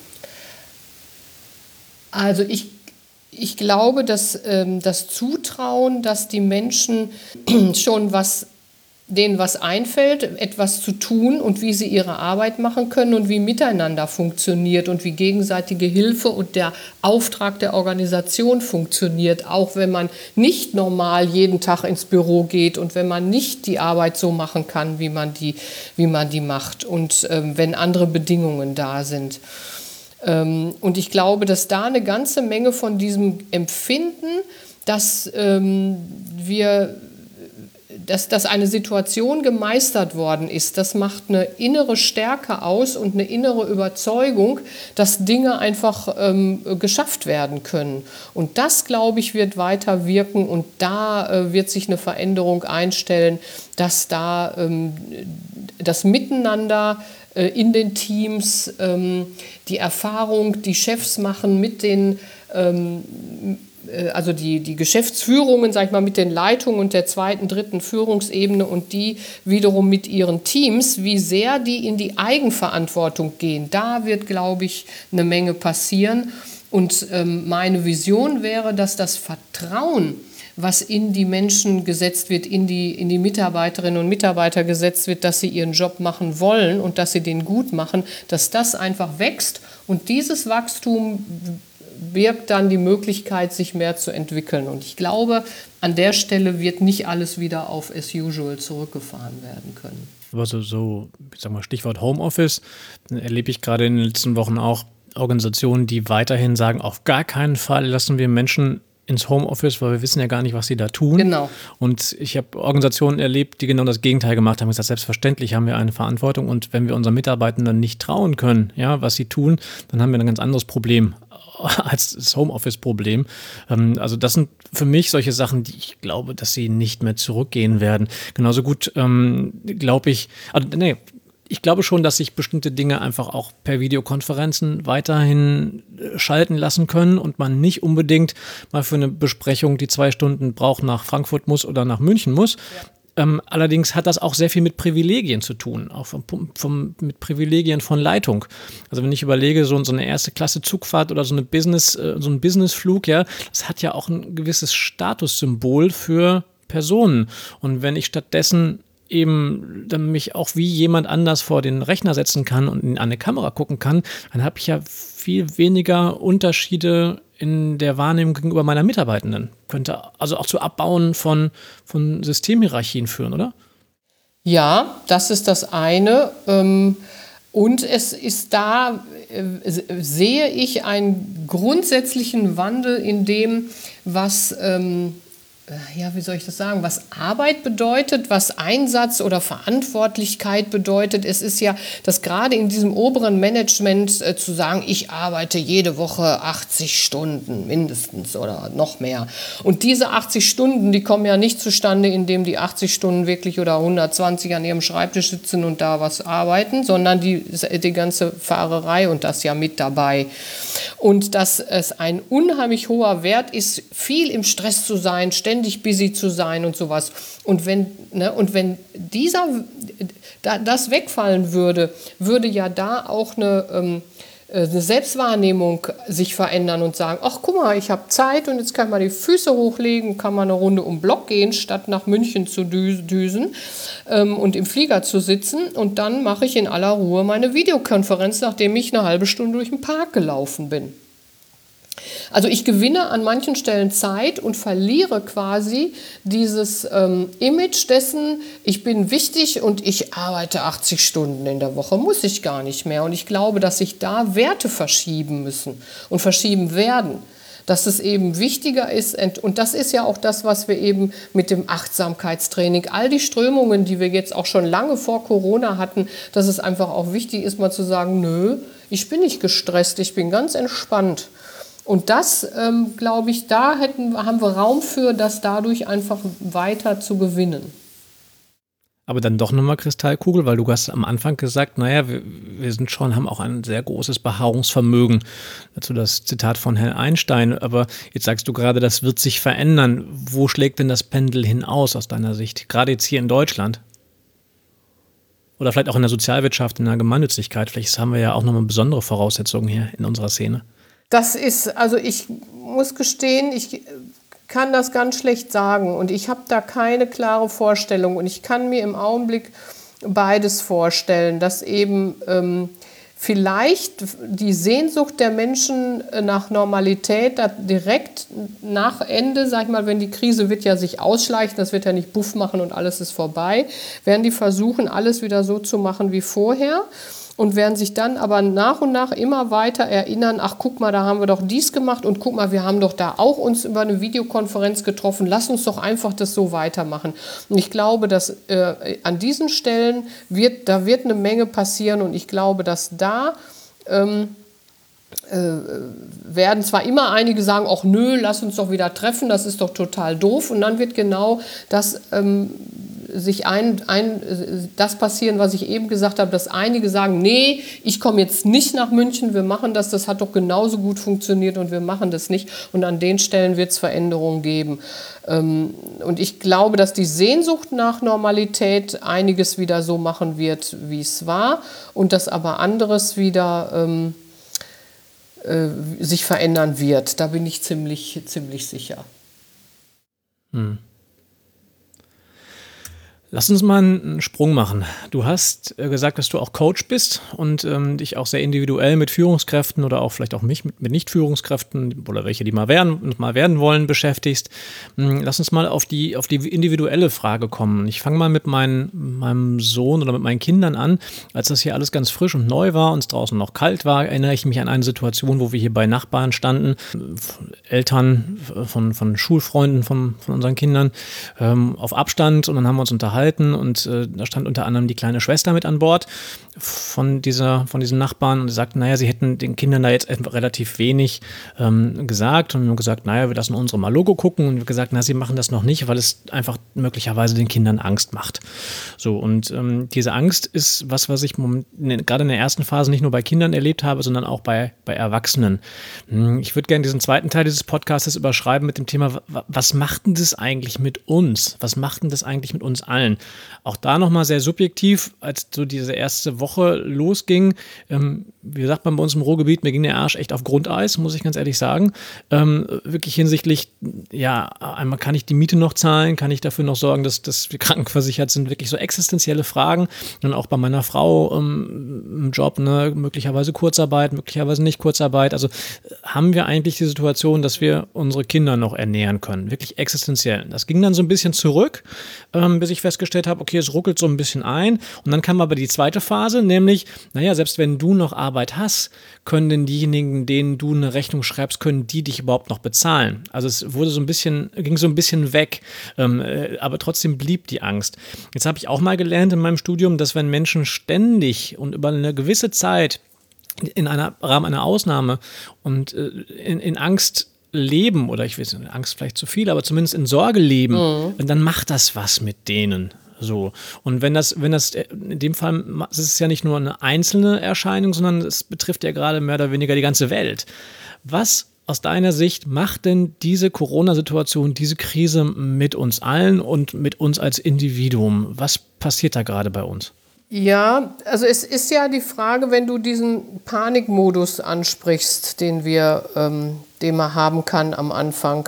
Also ich glaube, dass das Zutrauen, dass die Menschen schon denen was einfällt, etwas zu tun und wie sie ihre Arbeit machen können und wie miteinander funktioniert und wie gegenseitige Hilfe und der Auftrag der Organisation funktioniert, auch wenn man nicht normal jeden Tag ins Büro geht und wenn man nicht die Arbeit so machen kann, wie man die macht und wenn andere Bedingungen da sind. Und ich glaube, dass da eine ganze Menge von diesem Empfinden, dass dass eine Situation gemeistert worden ist, das macht eine innere Stärke aus und eine innere Überzeugung, dass Dinge einfach geschafft werden können. Und das, glaube ich, wird weiter wirken und da wird sich eine Veränderung einstellen, dass da das Miteinander in den Teams, die Erfahrung, die Chefs machen mit den also die Geschäftsführungen, sag ich mal, mit den Leitungen und der zweiten, dritten Führungsebene und die wiederum mit ihren Teams, wie sehr die in die Eigenverantwortung gehen. Da wird, glaube ich, eine Menge passieren. Und meine Vision wäre, dass das Vertrauen, was in die Menschen gesetzt wird, in die Mitarbeiterinnen und Mitarbeiter gesetzt wird, dass sie ihren Job machen wollen und dass sie den gut machen, dass das einfach wächst. Und dieses Wachstum birgt dann die Möglichkeit, sich mehr zu entwickeln. Und ich glaube, an der Stelle wird nicht alles wieder auf as usual zurückgefahren werden können. Also ich sag mal, Stichwort Homeoffice, erlebe ich gerade in den letzten Wochen auch Organisationen, die weiterhin sagen, auf gar keinen Fall lassen wir Menschen ins Homeoffice, weil wir wissen ja gar nicht, was sie da tun. Genau. Und ich habe Organisationen erlebt, die genau das Gegenteil gemacht haben. Gesagt, selbstverständlich haben wir eine Verantwortung und wenn wir unseren Mitarbeitenden nicht trauen können, ja, was sie tun, dann haben wir ein ganz anderes Problem als das Homeoffice-Problem. Also das sind für mich solche Sachen, die ich glaube, dass sie nicht mehr zurückgehen werden. Genauso gut glaube ich, ich glaube schon, dass sich bestimmte Dinge einfach auch per Videokonferenzen weiterhin schalten lassen können und man nicht unbedingt mal für eine Besprechung, die 2 Stunden braucht, nach Frankfurt muss oder nach München muss. Ja. Allerdings hat das auch sehr viel mit Privilegien zu tun, auch mit Privilegien von Leitung. Also wenn ich überlege, so eine erste Klasse Zugfahrt oder so ein Businessflug, ja, das hat ja auch ein gewisses Statussymbol für Personen. Und wenn ich stattdessen eben dann mich auch wie jemand anders vor den Rechner setzen kann und in eine Kamera gucken kann, dann habe ich ja viel weniger Unterschiede in der Wahrnehmung gegenüber meiner Mitarbeitenden. Könnte also auch zu Abbauen von Systemhierarchien führen, oder? Ja, das ist das eine. Und es ist da, sehe ich einen grundsätzlichen Wandel in dem, was wie soll ich das sagen, was Arbeit bedeutet, was Einsatz oder Verantwortlichkeit bedeutet. Es ist ja, dass gerade in diesem oberen Management zu sagen, ich arbeite jede Woche 80 Stunden mindestens oder noch mehr. Und diese 80 Stunden, die kommen ja nicht zustande, indem die 80 Stunden wirklich oder 120 an ihrem Schreibtisch sitzen und da was arbeiten, sondern die ganze Fahrerei und das ja mit dabei. Und dass es ein unheimlich hoher Wert ist, viel im Stress zu sein, ständig busy zu sein und sowas. Und wenn das wegfallen würde, würde ja da auch eine Selbstwahrnehmung sich verändern und sagen, ach guck mal, ich habe Zeit und jetzt kann man die Füße hochlegen, kann man eine Runde um den Block gehen, statt nach München zu düsen und im Flieger zu sitzen. Und dann mache ich in aller Ruhe meine Videokonferenz, nachdem ich eine halbe Stunde durch den Park gelaufen bin. Also ich gewinne an manchen Stellen Zeit und verliere quasi dieses Image dessen, ich bin wichtig und ich arbeite 80 Stunden in der Woche, muss ich gar nicht mehr. Und ich glaube, dass sich da Werte verschieben müssen und verschieben werden. Dass es eben wichtiger ist, und das ist ja auch das, was wir eben mit dem Achtsamkeitstraining, all die Strömungen, die wir jetzt auch schon lange vor Corona hatten, dass es einfach auch wichtig ist, mal zu sagen, nö, ich bin nicht gestresst, ich bin ganz entspannt. Und das, glaube ich, da haben wir Raum für, das dadurch einfach weiter zu gewinnen. Aber dann doch nochmal Kristallkugel, weil du hast am Anfang gesagt, naja, wir haben auch ein sehr großes Beharrungsvermögen. Dazu das Zitat von Herrn Einstein. Aber jetzt sagst du gerade, das wird sich verändern. Wo schlägt denn das Pendel hin aus deiner Sicht? Gerade jetzt hier in Deutschland? Oder vielleicht auch in der Sozialwirtschaft, in der Gemeinnützigkeit. Vielleicht haben wir ja auch nochmal besondere Voraussetzungen hier in unserer Szene. Das ist, also ich muss gestehen, ich kann das ganz schlecht sagen und ich habe da keine klare Vorstellung und ich kann mir im Augenblick beides vorstellen, dass eben vielleicht die Sehnsucht der Menschen nach Normalität direkt nach Ende, sag ich mal, wenn die Krise wird ja sich ausschleichen, das wird ja nicht Buff machen und alles ist vorbei, werden die versuchen, alles wieder so zu machen wie vorher. Und werden sich dann aber nach und nach immer weiter erinnern, ach guck mal, da haben wir doch dies gemacht und guck mal, wir haben doch da auch uns über eine Videokonferenz getroffen, lass uns doch einfach das so weitermachen. Und ich glaube, dass an diesen Stellen wird eine Menge passieren und ich glaube, dass da werden zwar immer einige sagen, ach nö, lass uns doch wieder treffen, das ist doch total doof und dann wird genau das das passieren, was ich eben gesagt habe, dass einige sagen, nee, ich komme jetzt nicht nach München, wir machen das hat doch genauso gut funktioniert und wir machen das nicht. Und an den Stellen wird es Veränderungen geben. Und ich glaube, dass die Sehnsucht nach Normalität einiges wieder so machen wird, wie es war und dass aber anderes wieder sich verändern wird. Da bin ich ziemlich sicher. Lass uns mal einen Sprung machen. Du hast gesagt, dass du auch Coach bist und dich auch sehr individuell mit Führungskräften oder auch vielleicht auch mich mit Nicht-Führungskräften oder welche, die mal werden wollen, beschäftigst. Lass uns mal auf die individuelle Frage kommen. Ich fange mal mit meinem Sohn oder mit meinen Kindern an. Als das hier alles ganz frisch und neu war und es draußen noch kalt war, erinnere ich mich an eine Situation, wo wir hier bei Nachbarn standen, Eltern von Schulfreunden von unseren Kindern auf Abstand, und dann haben wir uns unterhalten und da stand unter anderem die kleine Schwester mit an Bord von diesen Nachbarn, und sie sagten, naja, sie hätten den Kindern da jetzt relativ wenig gesagt, und wir haben gesagt, naja, wir lassen unsere mal Logo gucken, und wir haben gesagt, na, sie machen das noch nicht, weil es einfach möglicherweise den Kindern Angst macht. So, und diese Angst ist was ich gerade in der ersten Phase nicht nur bei Kindern erlebt habe, sondern auch bei Erwachsenen. Ich würde gerne diesen zweiten Teil dieses Podcasts überschreiben mit dem Thema, was macht denn das eigentlich mit uns? Was macht denn das eigentlich mit uns allen? Auch da nochmal sehr subjektiv, als so diese erste Woche losging, wie sagt man bei uns im Ruhrgebiet, mir ging der Arsch echt auf Grundeis, muss ich ganz ehrlich sagen. Wirklich hinsichtlich, ja, einmal kann ich die Miete noch zahlen, kann ich dafür noch sorgen, dass wir krankenversichert sind, wirklich so existenzielle Fragen. Und auch bei meiner Frau im Job, ne, möglicherweise Kurzarbeit, möglicherweise nicht Kurzarbeit. Also haben wir eigentlich die Situation, dass wir unsere Kinder noch ernähren können, wirklich existenziell. Das ging dann so ein bisschen zurück, bis ich festgestellt habe, okay, es ruckelt so ein bisschen ein. Und dann kam aber die zweite Phase, nämlich, naja, selbst wenn du noch Arbeit hast, können denn diejenigen, denen du eine Rechnung schreibst, können die dich überhaupt noch bezahlen? Also es ging so ein bisschen weg, aber trotzdem blieb die Angst. Jetzt habe ich auch mal gelernt in meinem Studium, dass wenn Menschen ständig und über eine gewisse Zeit in einem Rahmen einer Ausnahme und in Angst leben, oder ich weiß nicht, Angst vielleicht zu viel, aber zumindest in Sorge leben, dann macht das was mit denen. So. Und wenn das in dem Fall, es ist ja nicht nur eine einzelne Erscheinung, sondern es betrifft ja gerade mehr oder weniger die ganze Welt. Was aus deiner Sicht macht denn diese Corona-Situation, diese Krise mit uns allen und mit uns als Individuum? Was passiert da gerade bei uns? Ja, also es ist ja die Frage, wenn du diesen Panikmodus ansprichst, den man haben kann am Anfang.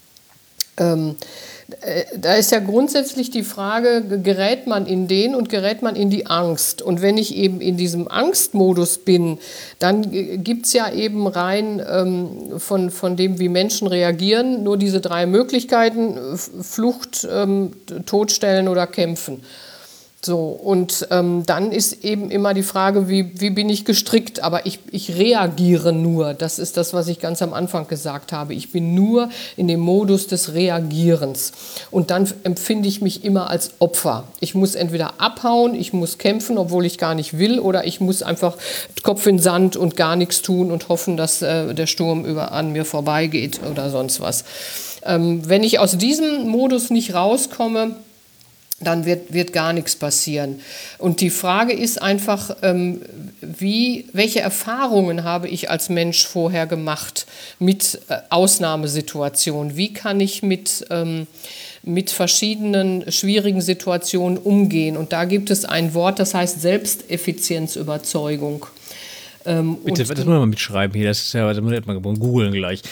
Da ist ja grundsätzlich die Frage, gerät man in den und gerät man in die Angst? Und wenn ich eben in diesem Angstmodus bin, dann gibt es ja eben rein von dem, wie Menschen reagieren, nur diese 3 Möglichkeiten: Flucht, Totstellen oder Kämpfen. So, und dann ist eben immer die Frage, wie bin ich gestrickt? Aber ich reagiere nur. Das ist das, was ich ganz am Anfang gesagt habe. Ich bin nur in dem Modus des Reagierens. Und dann empfinde ich mich immer als Opfer. Ich muss entweder abhauen, ich muss kämpfen, obwohl ich gar nicht will, oder ich muss einfach Kopf in Sand und gar nichts tun und hoffen, dass der Sturm an mir vorbeigeht oder sonst was. Wenn ich aus diesem Modus nicht rauskomme, dann wird gar nichts passieren. Und die Frage ist einfach, welche Erfahrungen habe ich als Mensch vorher gemacht mit Ausnahmesituationen? Wie kann ich mit verschiedenen schwierigen Situationen umgehen? Und da gibt es ein Wort, das heißt Selbsteffizienzüberzeugung. Bitte, das muss man mal mitschreiben hier, das ist ja, das muss man mal googeln gleich.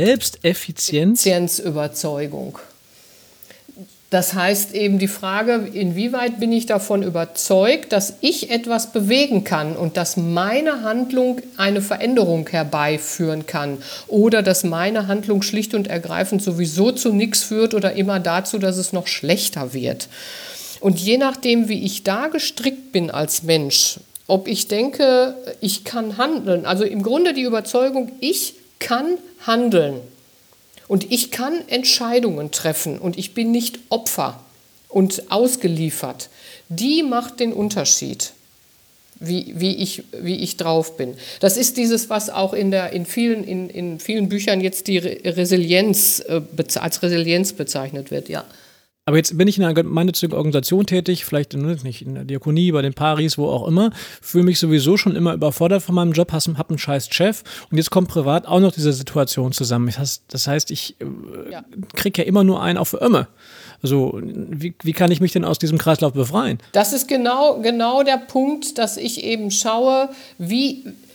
Effizienzüberzeugung. Das heißt eben die Frage, inwieweit bin ich davon überzeugt, dass ich etwas bewegen kann und dass meine Handlung eine Veränderung herbeiführen kann oder dass meine Handlung schlicht und ergreifend sowieso zu nichts führt oder immer dazu, dass es noch schlechter wird. Und je nachdem, wie ich da gestrickt bin als Mensch, ob ich denke, ich kann handeln, also im Grunde die Überzeugung, ich kann handeln. Und ich kann Entscheidungen treffen und ich bin nicht Opfer und ausgeliefert. Die macht den Unterschied, wie ich drauf bin. Das ist dieses, was auch in vielen Büchern jetzt die Resilienz als Resilienz bezeichnet wird, ja. Aber jetzt bin ich in einer gemeinnützigen Organisation tätig, vielleicht nicht in der Diakonie, bei den Paris, wo auch immer, fühle mich sowieso schon immer überfordert von meinem Job, habe einen scheiß Chef und jetzt kommt privat auch noch diese Situation zusammen. Das heißt, ich kriege ja immer nur einen auf für immer. Also wie kann ich mich denn aus diesem Kreislauf befreien? Das ist genau der Punkt, dass ich eben schaue, wie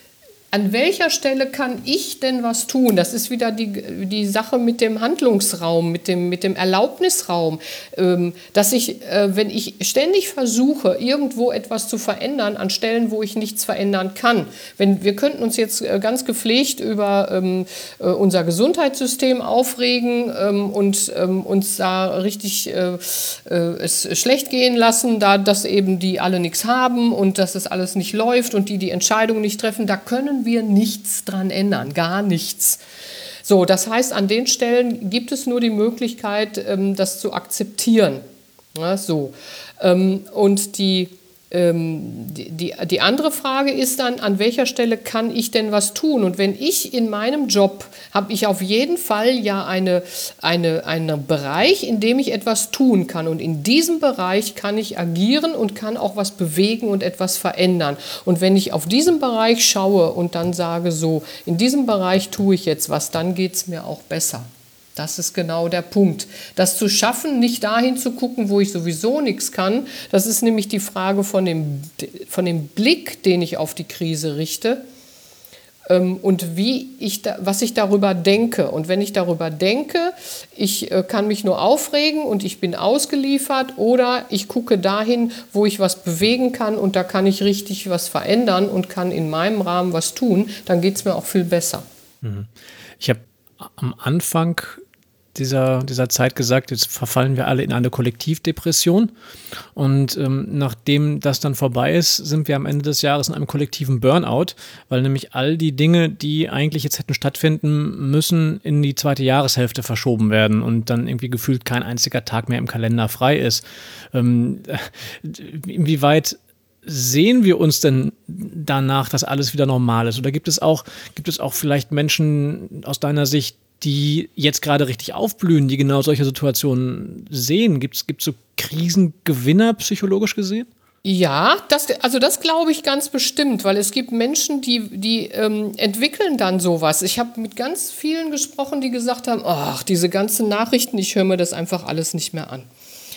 an welcher Stelle kann ich denn was tun? Das ist wieder die Sache mit dem Handlungsraum, mit dem Erlaubnisraum, dass ich, wenn ich ständig versuche, irgendwo etwas zu verändern, an Stellen, wo ich nichts verändern kann. Wir könnten uns jetzt ganz gepflegt über unser Gesundheitssystem aufregen und uns da richtig es schlecht gehen lassen, da dass eben die alle nichts haben und dass es alles nicht läuft und die Entscheidungen nicht treffen, da können wir nichts dran ändern, gar nichts. So, das heißt, an den Stellen gibt es nur die Möglichkeit, das zu akzeptieren. Ja, so. Und die andere Frage ist dann, an welcher Stelle kann ich denn was tun? Und wenn ich in meinem Job, habe ich auf jeden Fall ja einen Bereich, in dem ich etwas tun kann. Und in diesem Bereich kann ich agieren und kann auch was bewegen und etwas verändern. Und wenn ich auf diesen Bereich schaue und dann sage, so, in diesem Bereich tue ich jetzt was, dann geht es mir auch besser. Das ist genau der Punkt. Das zu schaffen, nicht dahin zu gucken, wo ich sowieso nichts kann, das ist nämlich die Frage von dem Blick, den ich auf die Krise richte und was ich darüber denke. Und wenn ich darüber denke, ich kann mich nur aufregen und ich bin ausgeliefert oder ich gucke dahin, wo ich was bewegen kann und da kann ich richtig was verändern und kann in meinem Rahmen was tun, dann geht es mir auch viel besser. Ich habe am Anfang dieser Zeit gesagt, jetzt verfallen wir alle in eine Kollektivdepression und nachdem das dann vorbei ist, sind wir am Ende des Jahres in einem kollektiven Burnout, weil nämlich all die Dinge, die eigentlich jetzt hätten stattfinden müssen, in die zweite Jahreshälfte verschoben werden und dann irgendwie gefühlt kein einziger Tag mehr im Kalender frei ist. Inwieweit sehen wir uns denn danach, dass alles wieder normal ist? Oder gibt es auch vielleicht Menschen aus deiner Sicht, die jetzt gerade richtig aufblühen, die genau solche Situationen sehen? Gibt es so Krisengewinner psychologisch gesehen? Ja, das glaube ich ganz bestimmt, weil es gibt Menschen, die entwickeln dann sowas. Ich habe mit ganz vielen gesprochen, die gesagt haben, ach, diese ganzen Nachrichten, ich höre mir das einfach alles nicht mehr an.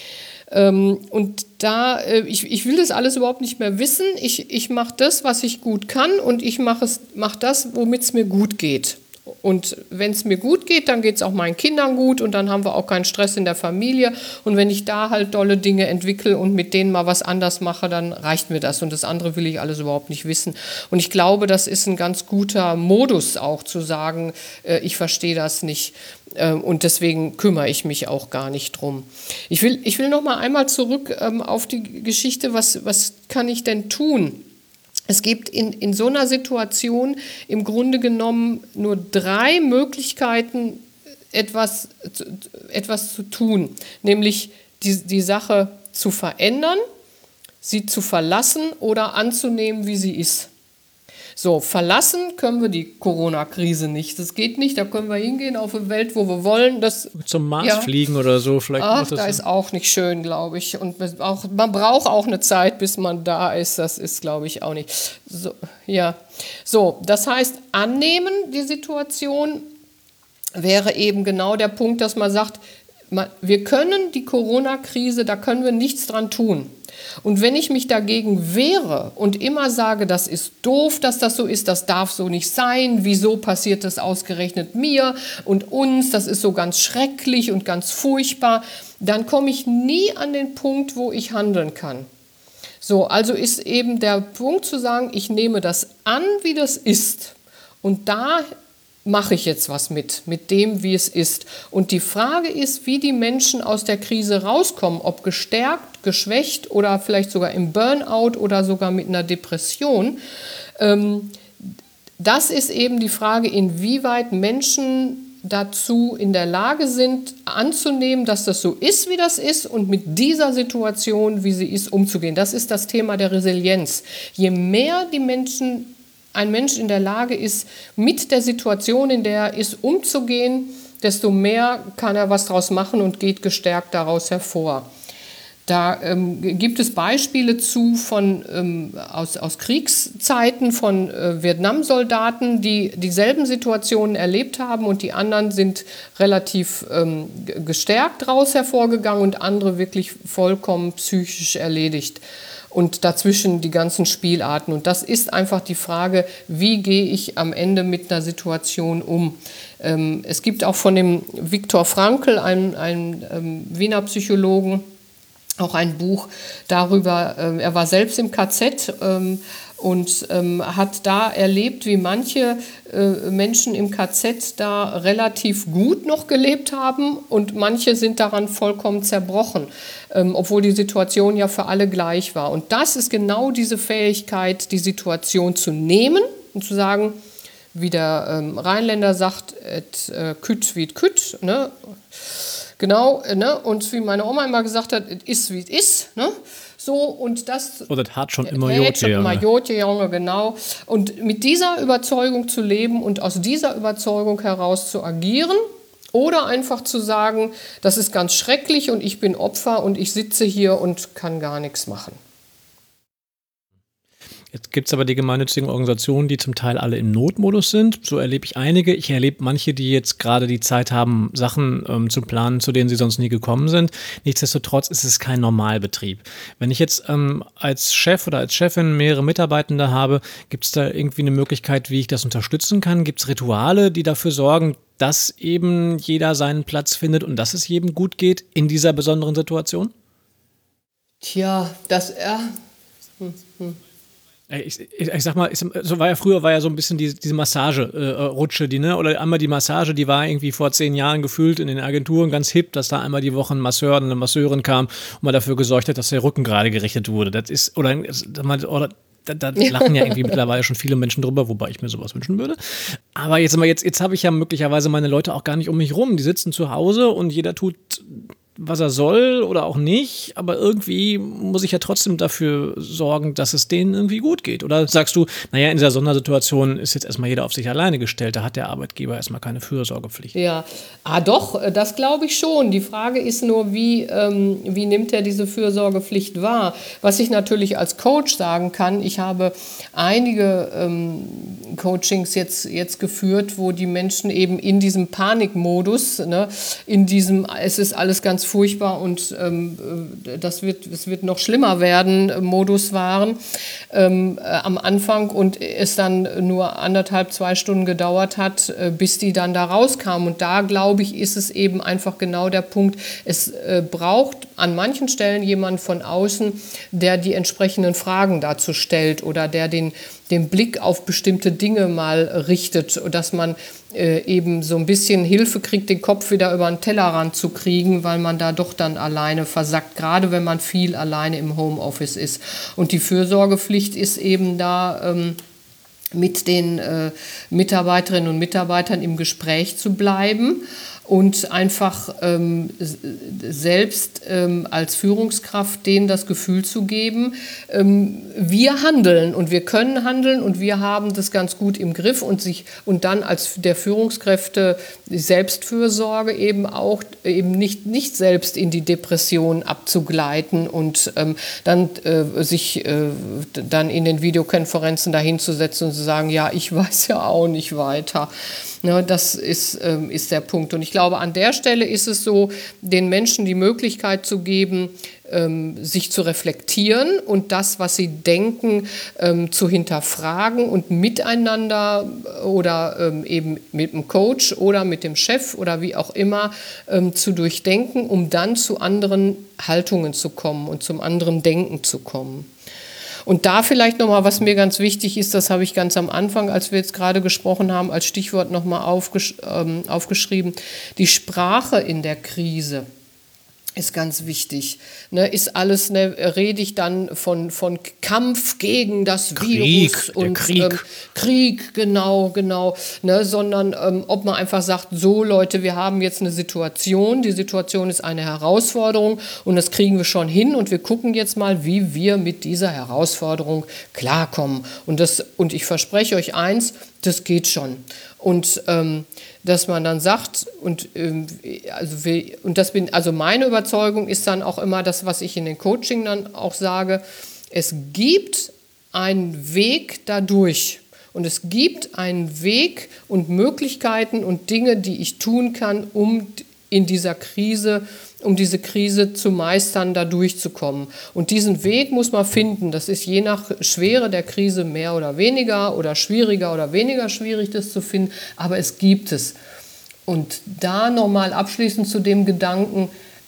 Und ich will das alles überhaupt nicht mehr wissen. Ich mache das, was ich gut kann und ich mache das, womit es mir gut geht. Und wenn es mir gut geht, dann geht es auch meinen Kindern gut und dann haben wir auch keinen Stress in der Familie. Und wenn ich da halt dolle Dinge entwickle und mit denen mal was anders mache, dann reicht mir das. Und das andere will ich alles überhaupt nicht wissen. Und ich glaube, das ist ein ganz guter Modus auch zu sagen, ich verstehe das nicht. Und deswegen kümmere ich mich auch gar nicht drum. Ich will noch mal einmal zurück auf die Geschichte, was kann ich denn tun? Es gibt in so einer Situation im Grunde genommen nur 3 Möglichkeiten, etwas zu tun. Nämlich die Sache zu verändern, sie zu verlassen oder anzunehmen, wie sie ist. So, verlassen können wir die Corona-Krise nicht. Das geht nicht, da können wir hingehen auf eine Welt, wo wir wollen. Zum Mars fliegen oder so. Vielleicht da ist auch nicht schön, glaube ich. Und man braucht auch eine Zeit, bis man da ist. Das ist, glaube ich, auch nicht. So, ja. So, das heißt, annehmen die Situation wäre eben genau der Punkt, dass man sagt, wir können die Corona-Krise, da können wir nichts dran tun. Und wenn ich mich dagegen wehre und immer sage, das ist doof, dass das so ist, das darf so nicht sein, wieso passiert das ausgerechnet mir und uns, das ist so ganz schrecklich und ganz furchtbar, dann komme ich nie an den Punkt, wo ich handeln kann. So, also ist eben der Punkt zu sagen, ich nehme das an, wie das ist. Und da mache ich jetzt was mit dem, wie es ist. Und die Frage ist, wie die Menschen aus der Krise rauskommen, ob gestärkt, geschwächt oder vielleicht sogar im Burnout oder sogar mit einer Depression. Das ist eben die Frage, inwieweit Menschen dazu in der Lage sind, anzunehmen, dass das so ist, wie das ist und mit dieser Situation, wie sie ist, umzugehen. Das ist das Thema der Resilienz. Je mehr ein Mensch in der Lage ist, mit der Situation, in der er ist, umzugehen, desto mehr kann er was daraus machen und geht gestärkt daraus hervor. Da gibt es Beispiele aus Kriegszeiten von Vietnam-Soldaten, die dieselben Situationen erlebt haben und die anderen sind relativ gestärkt daraus hervorgegangen und andere wirklich vollkommen psychisch erledigt. und dazwischen die ganzen Spielarten. Und das ist einfach die Frage, wie gehe ich am Ende mit einer Situation um? Es gibt auch von dem Viktor Frankl, einem Wiener Psychologen, auch ein Buch darüber. Er war selbst im KZ und hat da erlebt, wie manche Menschen im KZ da relativ gut noch gelebt haben und manche sind daran vollkommen zerbrochen, obwohl die Situation ja für alle gleich war. Und das ist genau diese Fähigkeit, die Situation zu nehmen und zu sagen, wie der Rheinländer sagt, et küt wie et küt, ne? Genau, ne? Und wie meine Oma immer gesagt hat, es ist wie es ist, ne? So, und das. Oder das hat schon immer Jotje, Junge, genau. Und mit dieser Überzeugung zu leben und aus dieser Überzeugung heraus zu agieren oder einfach zu sagen, das ist ganz schrecklich und ich bin Opfer und ich sitze hier und kann gar nichts machen. Jetzt gibt es aber die gemeinnützigen Organisationen, die zum Teil alle im Notmodus sind. So erlebe ich einige. Ich erlebe manche, die jetzt gerade die Zeit haben, Sachen zu planen, zu denen sie sonst nie gekommen sind. Nichtsdestotrotz ist es kein Normalbetrieb. Wenn ich jetzt als Chef oder als Chefin mehrere Mitarbeitende habe, gibt es da irgendwie eine Möglichkeit, wie ich das unterstützen kann? Gibt es Rituale, die dafür sorgen, dass eben jeder seinen Platz findet und dass es jedem gut geht in dieser besonderen Situation? Tja, das... Ich sag mal, früher war ja so ein bisschen diese Massage-Rutsche, oder einmal die Massage, die war irgendwie vor 10 Jahren gefühlt in den Agenturen ganz hip, dass da einmal die Woche ein Masseur und eine Masseurin kam und mal dafür gesorgt hat, dass der Rücken gerade gerichtet wurde. Da lachen ja irgendwie mittlerweile schon viele Menschen drüber, wobei ich mir sowas wünschen würde. Aber jetzt habe ich ja möglicherweise meine Leute auch gar nicht um mich rum. Die sitzen zu Hause und jeder tut, was er soll oder auch nicht, aber irgendwie muss ich ja trotzdem dafür sorgen, dass es denen irgendwie gut geht. Oder sagst du, naja, in dieser Sondersituation ist jetzt erstmal jeder auf sich alleine gestellt, da hat der Arbeitgeber erstmal keine Fürsorgepflicht. Ja, doch, das glaube ich schon. Die Frage ist nur, wie nimmt er diese Fürsorgepflicht wahr? Was ich natürlich als Coach sagen kann, ich habe einige Coachings jetzt geführt, wo die Menschen eben in diesem Panikmodus, ne, in diesem, es ist alles ganz furchtbar und es wird noch schlimmer werden, Modus waren am Anfang und es dann nur 1,5-2 Stunden gedauert hat, bis die dann da rauskamen. Und da, glaube ich, ist es eben einfach genau der Punkt, es braucht an manchen Stellen jemand von außen, der die entsprechenden Fragen dazu stellt oder der den Blick auf bestimmte Dinge mal richtet, dass man eben so ein bisschen Hilfe kriegt, den Kopf wieder über den Tellerrand zu kriegen, weil man da doch dann alleine versackt, gerade wenn man viel alleine im Homeoffice ist. Und die Fürsorgepflicht ist eben da mit den Mitarbeiterinnen und Mitarbeitern im Gespräch zu bleiben und einfach selbst als Führungskraft denen das Gefühl zu geben, wir handeln und wir können handeln und wir haben das ganz gut im Griff und dann als der Führungskräfte die Selbstfürsorge eben auch eben nicht selbst in die Depression abzugleiten und dann sich dann in den Videokonferenzen dahinzusetzen und zu sagen, ja, ich weiß ja auch nicht weiter. Ja, das ist der Punkt. Und ich glaube, an der Stelle ist es so, den Menschen die Möglichkeit zu geben, sich zu reflektieren und das, was sie denken, zu hinterfragen und miteinander oder eben mit dem Coach oder mit dem Chef oder wie auch immer zu durchdenken, um dann zu anderen Haltungen zu kommen und zum anderen Denken zu kommen. Und da vielleicht nochmal, was mir ganz wichtig ist, das habe ich ganz am Anfang, als wir jetzt gerade gesprochen haben, als Stichwort nochmal aufgeschrieben, die Sprache in der Krise ist ganz wichtig. Ne, ist alles, rede ich dann von Kampf gegen das Virus und Krieg, genau, ne, sondern ob man einfach sagt, so Leute, wir haben jetzt eine Situation, die Situation ist eine Herausforderung und das kriegen wir schon hin und wir gucken jetzt mal, wie wir mit dieser Herausforderung klarkommen. Und ich verspreche euch eins, das geht schon. Und dass man dann sagt, also meine Überzeugung ist dann auch immer das, was ich in den Coaching dann auch sage, es gibt einen Weg dadurch. Und es gibt einen Weg und Möglichkeiten und Dinge, die ich tun kann, um in dieser Krise, um diese Krise zu meistern, da durchzukommen. Und diesen Weg muss man finden. Das ist je nach Schwere der Krise mehr oder schwieriger oder weniger schwierig, das zu finden. Aber es gibt es. Und da nochmal abschließend zu dem Gedanken,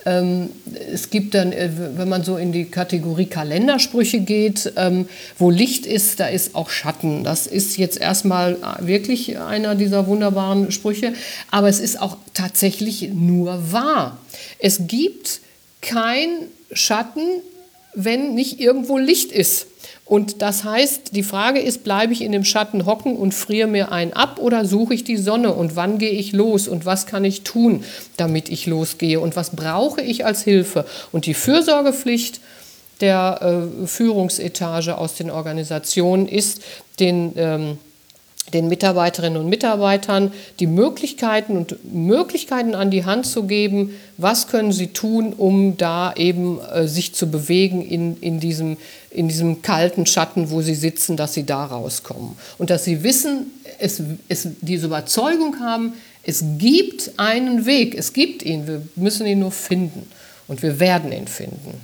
es gibt dann, wenn man so in die Kategorie Kalendersprüche geht, wo Licht ist, da ist auch Schatten. Das ist jetzt erstmal wirklich einer dieser wunderbaren Sprüche, aber es ist auch tatsächlich nur wahr. Es gibt kein Schatten, wenn nicht irgendwo Licht ist. Und das heißt, die Frage ist, bleibe ich in dem Schatten hocken und friere mir einen ab oder suche ich die Sonne und wann gehe ich los und was kann ich tun, damit ich losgehe und was brauche ich als Hilfe? Und die Fürsorgepflicht der Führungsetage aus den Organisationen ist, den Mitarbeiterinnen und Mitarbeitern die Möglichkeiten an die Hand zu geben, was können sie tun, um da eben sich zu bewegen in diesem kalten Schatten, wo sie sitzen, dass sie da rauskommen. Und dass sie wissen, diese Überzeugung haben, es gibt einen Weg, es gibt ihn, wir müssen ihn nur finden und wir werden ihn finden.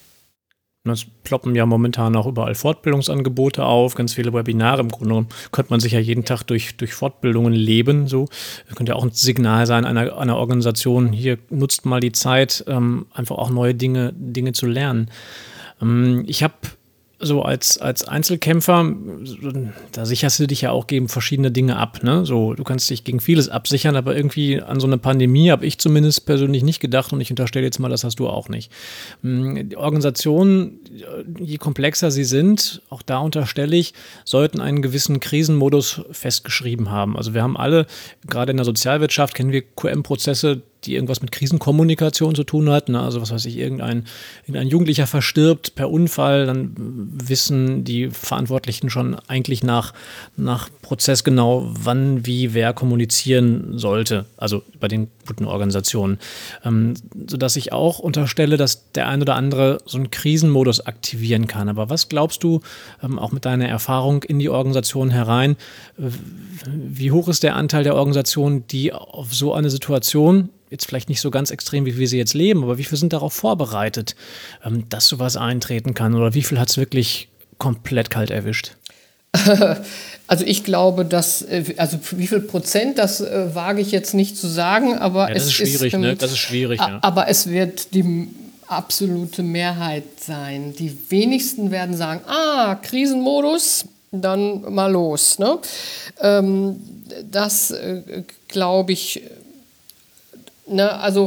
Es ploppen ja momentan auch überall Fortbildungsangebote auf, ganz viele Webinare. Im Grunde genommen könnte man sich ja jeden Tag durch Fortbildungen leben. So. Das könnte ja auch ein Signal sein einer Organisation, hier nutzt mal die Zeit, einfach auch neue Dinge zu lernen. Ich habe so als Einzelkämpfer, da sicherst du dich ja auch gegen verschiedene Dinge ab. Ne? So, du kannst dich gegen vieles absichern, aber irgendwie an so eine Pandemie habe ich zumindest persönlich nicht gedacht und ich unterstelle jetzt mal, das hast du auch nicht. Die Organisationen, je komplexer sie sind, auch da unterstelle ich, sollten einen gewissen Krisenmodus festgeschrieben haben. Also wir haben alle, gerade in der Sozialwirtschaft, kennen wir QM-Prozesse, die irgendwas mit Krisenkommunikation zu tun hat. Ne? Also was weiß ich, irgendein Jugendlicher verstirbt per Unfall, dann wissen die Verantwortlichen schon eigentlich nach Prozess genau, wann, wie, wer kommunizieren sollte. Also bei den guten Organisationen. Sodass ich auch unterstelle, dass der ein oder andere so einen Krisenmodus aktivieren kann. Aber was glaubst du, auch mit deiner Erfahrung in die Organisation herein, wie hoch ist der Anteil der Organisationen, die auf so eine Situation, jetzt vielleicht nicht so ganz extrem, wie wir sie jetzt leben, aber wie viele sind darauf vorbereitet, dass sowas eintreten kann? Oder wie viel hat es wirklich komplett kalt erwischt? Also ich glaube, also wie viel Prozent, das wage ich jetzt nicht zu sagen, aber ja, das ist schwierig, ne? Das ist schwierig, ja. Aber es wird die absolute Mehrheit sein. Die wenigsten werden sagen, Krisenmodus, dann mal los. Ne? Das glaube ich. Ne, also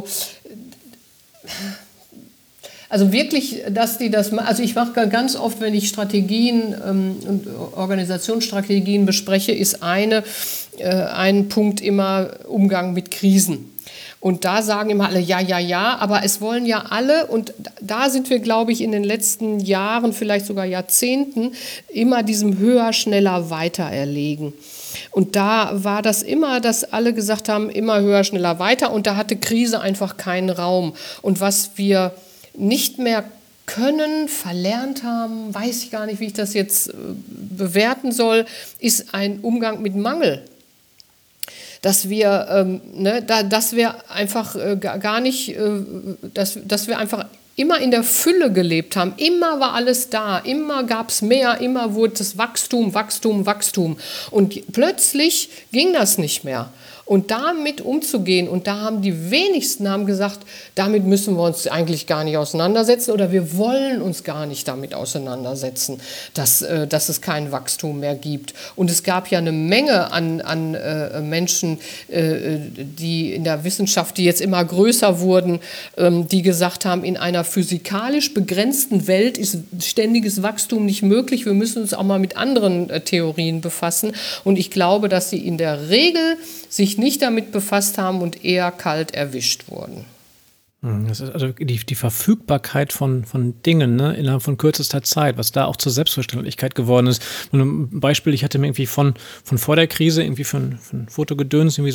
wirklich, dass die das, also ich mache ganz oft, wenn ich Strategien und Organisationsstrategien bespreche, ist ein Punkt immer Umgang mit Krisen. Und da sagen immer alle, ja, aber es wollen ja alle, und da sind wir, glaube ich, in den letzten Jahren, vielleicht sogar Jahrzehnten, immer diesem höher, schneller, weiter erlegen. Und da war das immer, dass alle gesagt haben, immer höher, schneller, weiter, und da hatte Krise einfach keinen Raum. Und was wir nicht mehr können, verlernt haben, weiß ich gar nicht, wie ich das jetzt bewerten soll, ist ein Umgang mit Mangel. Dass wir, dass wir einfach gar nicht, dass wir einfach immer in der Fülle gelebt haben. Immer war alles da, immer gab es mehr, immer wurde das Wachstum. Und plötzlich ging das nicht mehr. Und damit umzugehen, und da haben die wenigsten gesagt, damit müssen wir uns eigentlich gar nicht auseinandersetzen oder wir wollen uns gar nicht damit auseinandersetzen, dass es kein Wachstum mehr gibt. Und es gab ja eine Menge an Menschen, die in der Wissenschaft, die jetzt immer größer wurden, die gesagt haben, in einer physikalisch begrenzten Welt ist ständiges Wachstum nicht möglich. Wir müssen uns auch mal mit anderen Theorien befassen. Und ich glaube, dass sie in der Regel sich nicht damit befasst haben und eher kalt erwischt wurden. Das ist also die Verfügbarkeit von Dingen, ne, innerhalb von kürzester Zeit, was da auch zur Selbstverständlichkeit geworden ist. Und ein Beispiel, ich hatte mir irgendwie von vor der Krise irgendwie für ein Fotogedöns irgendwie so ein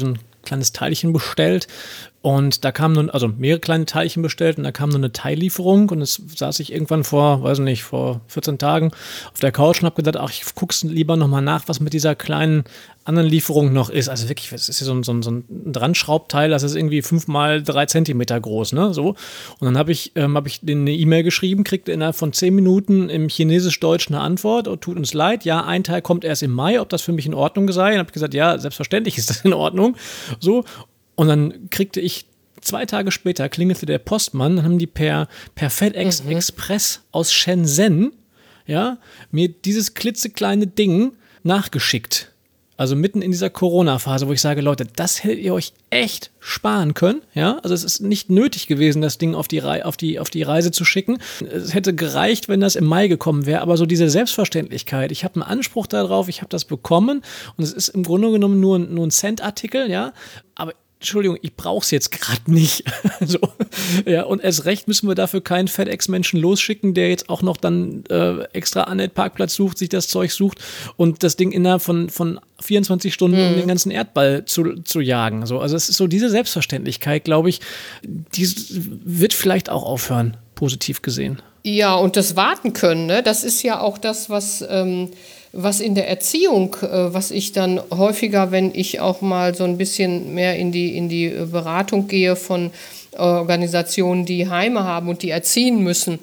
kleines Teilchen bestellt. Und da kam nun, also mehrere kleine Teilchen bestellt und da kam nur eine Teillieferung und es saß ich irgendwann vor 14 Tagen auf der Couch und habe gedacht, ach, ich guck's lieber nochmal nach, was mit dieser kleinen anderen Lieferung noch ist. Also wirklich, es ist ja so ein Dranschraubteil, das ist irgendwie 5 mal 3 Zentimeter groß, ne, so. Und dann habe ich denen eine E-Mail geschrieben, kriegte innerhalb von 10 Minuten im Chinesisch-Deutsch eine Antwort, oh, tut uns leid, ja, ein Teil kommt erst im Mai, ob das für mich in Ordnung sei. Und habe ich gesagt, ja, selbstverständlich ist das in Ordnung, so. Und dann kriegte ich 2 Tage später, klingelte der Postmann, dann haben die per FedEx Express aus Shenzhen, ja, mir dieses klitzekleine Ding nachgeschickt. Also mitten in dieser Corona-Phase, wo ich sage, Leute, das hättet ihr euch echt sparen können, ja. Also es ist nicht nötig gewesen, das Ding auf die Reise zu schicken. Es hätte gereicht, wenn das im Mai gekommen wäre, aber so diese Selbstverständlichkeit, ich habe einen Anspruch darauf, ich habe das bekommen und es ist im Grunde genommen nur ein Cent-Artikel, ja, aber Entschuldigung, ich brauche es jetzt gerade nicht. So, ja, und erst recht müssen wir dafür keinen FedEx-Menschen losschicken, der jetzt auch noch dann extra an den Parkplatz sucht, sich das Zeug sucht und das Ding innerhalb von 24 Stunden um den ganzen Erdball zu jagen. So, also es ist so diese Selbstverständlichkeit, glaube ich, die wird vielleicht auch aufhören, positiv gesehen. Ja, und das Warten können, ne? Das ist ja auch das, was in der Erziehung, was ich dann häufiger, wenn ich auch mal so ein bisschen mehr in die Beratung gehe von Organisationen, die Heime haben und die erziehen müssen,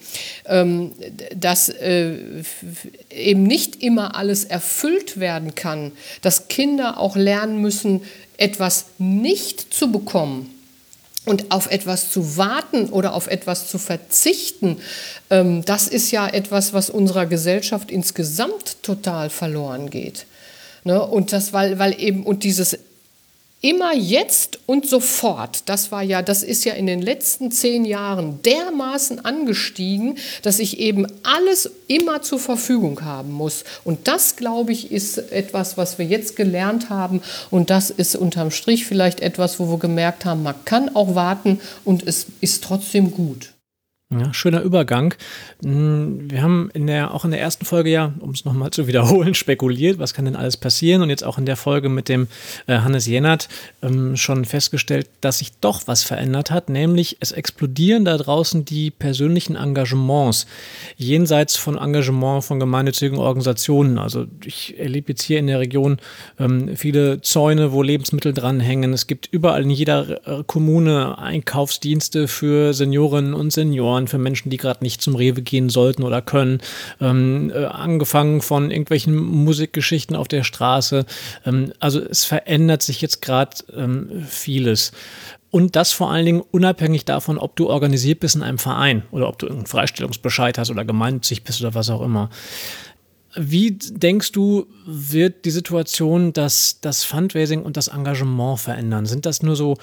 dass eben nicht immer alles erfüllt werden kann, dass Kinder auch lernen müssen, etwas nicht zu bekommen. Und auf etwas zu warten oder auf etwas zu verzichten, das ist ja etwas, was unserer Gesellschaft insgesamt total verloren geht. Ne? Und das, weil eben, und dieses immer jetzt und sofort, das ist ja in den letzten 10 Jahren dermaßen angestiegen, dass ich eben alles immer zur Verfügung haben muss. Und das, glaube ich, ist etwas, was wir jetzt gelernt haben. Und das ist unterm Strich vielleicht etwas, wo wir gemerkt haben, man kann auch warten und es ist trotzdem gut. Ja, schöner Übergang. Wir haben auch in der ersten Folge ja, um es nochmal zu wiederholen, spekuliert, was kann denn alles passieren und jetzt auch in der Folge mit dem Hannes Jennert schon festgestellt, dass sich doch was verändert hat, nämlich es explodieren da draußen die persönlichen Engagements, jenseits von Engagement von gemeinnützigen Organisationen. Also ich erlebe jetzt hier in der Region viele Zäune, wo Lebensmittel dranhängen. Es gibt überall in jeder Kommune Einkaufsdienste für Seniorinnen und Senioren, für Menschen, die gerade nicht zum Rewe gehen sollten oder können, angefangen von irgendwelchen Musikgeschichten auf der Straße. Also es verändert sich jetzt gerade vieles. Und das vor allen Dingen unabhängig davon, ob du organisiert bist in einem Verein oder ob du einen Freistellungsbescheid hast oder gemeinnützig bist oder was auch immer. Wie denkst du, wird die Situation das Fundraising und das Engagement verändern? Sind das nur so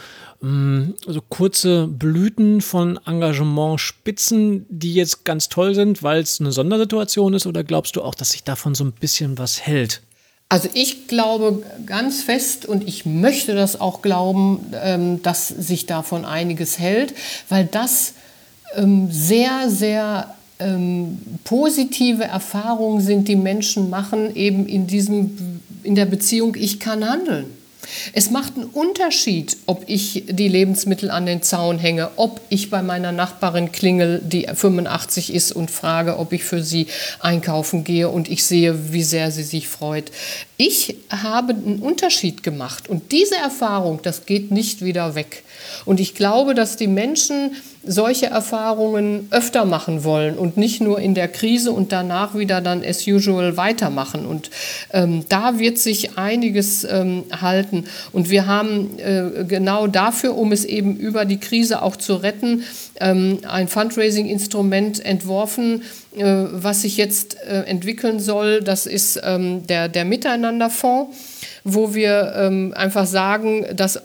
kurze Blüten von Engagementspitzen, die jetzt ganz toll sind, weil es eine Sondersituation ist? Oder glaubst du auch, dass sich davon so ein bisschen was hält? Also ich glaube ganz fest und ich möchte das auch glauben, dass sich davon einiges hält, weil das sehr, sehr positive Erfahrungen sind, die Menschen machen, eben in der Beziehung, ich kann handeln. Es macht einen Unterschied, ob ich die Lebensmittel an den Zaun hänge, ob ich bei meiner Nachbarin klingel, die 85 ist und frage, ob ich für sie einkaufen gehe und ich sehe, wie sehr sie sich freut. Ich habe einen Unterschied gemacht und diese Erfahrung, das geht nicht wieder weg. Und ich glaube, dass die Menschen solche Erfahrungen öfter machen wollen und nicht nur in der Krise und danach wieder dann as usual weitermachen. Und da wird sich einiges halten. Und wir haben genau dafür, um es eben über die Krise auch zu retten, ein Fundraising-Instrument entworfen, was sich jetzt entwickeln soll. Das ist der Miteinander-Fonds, wo wir einfach sagen, dass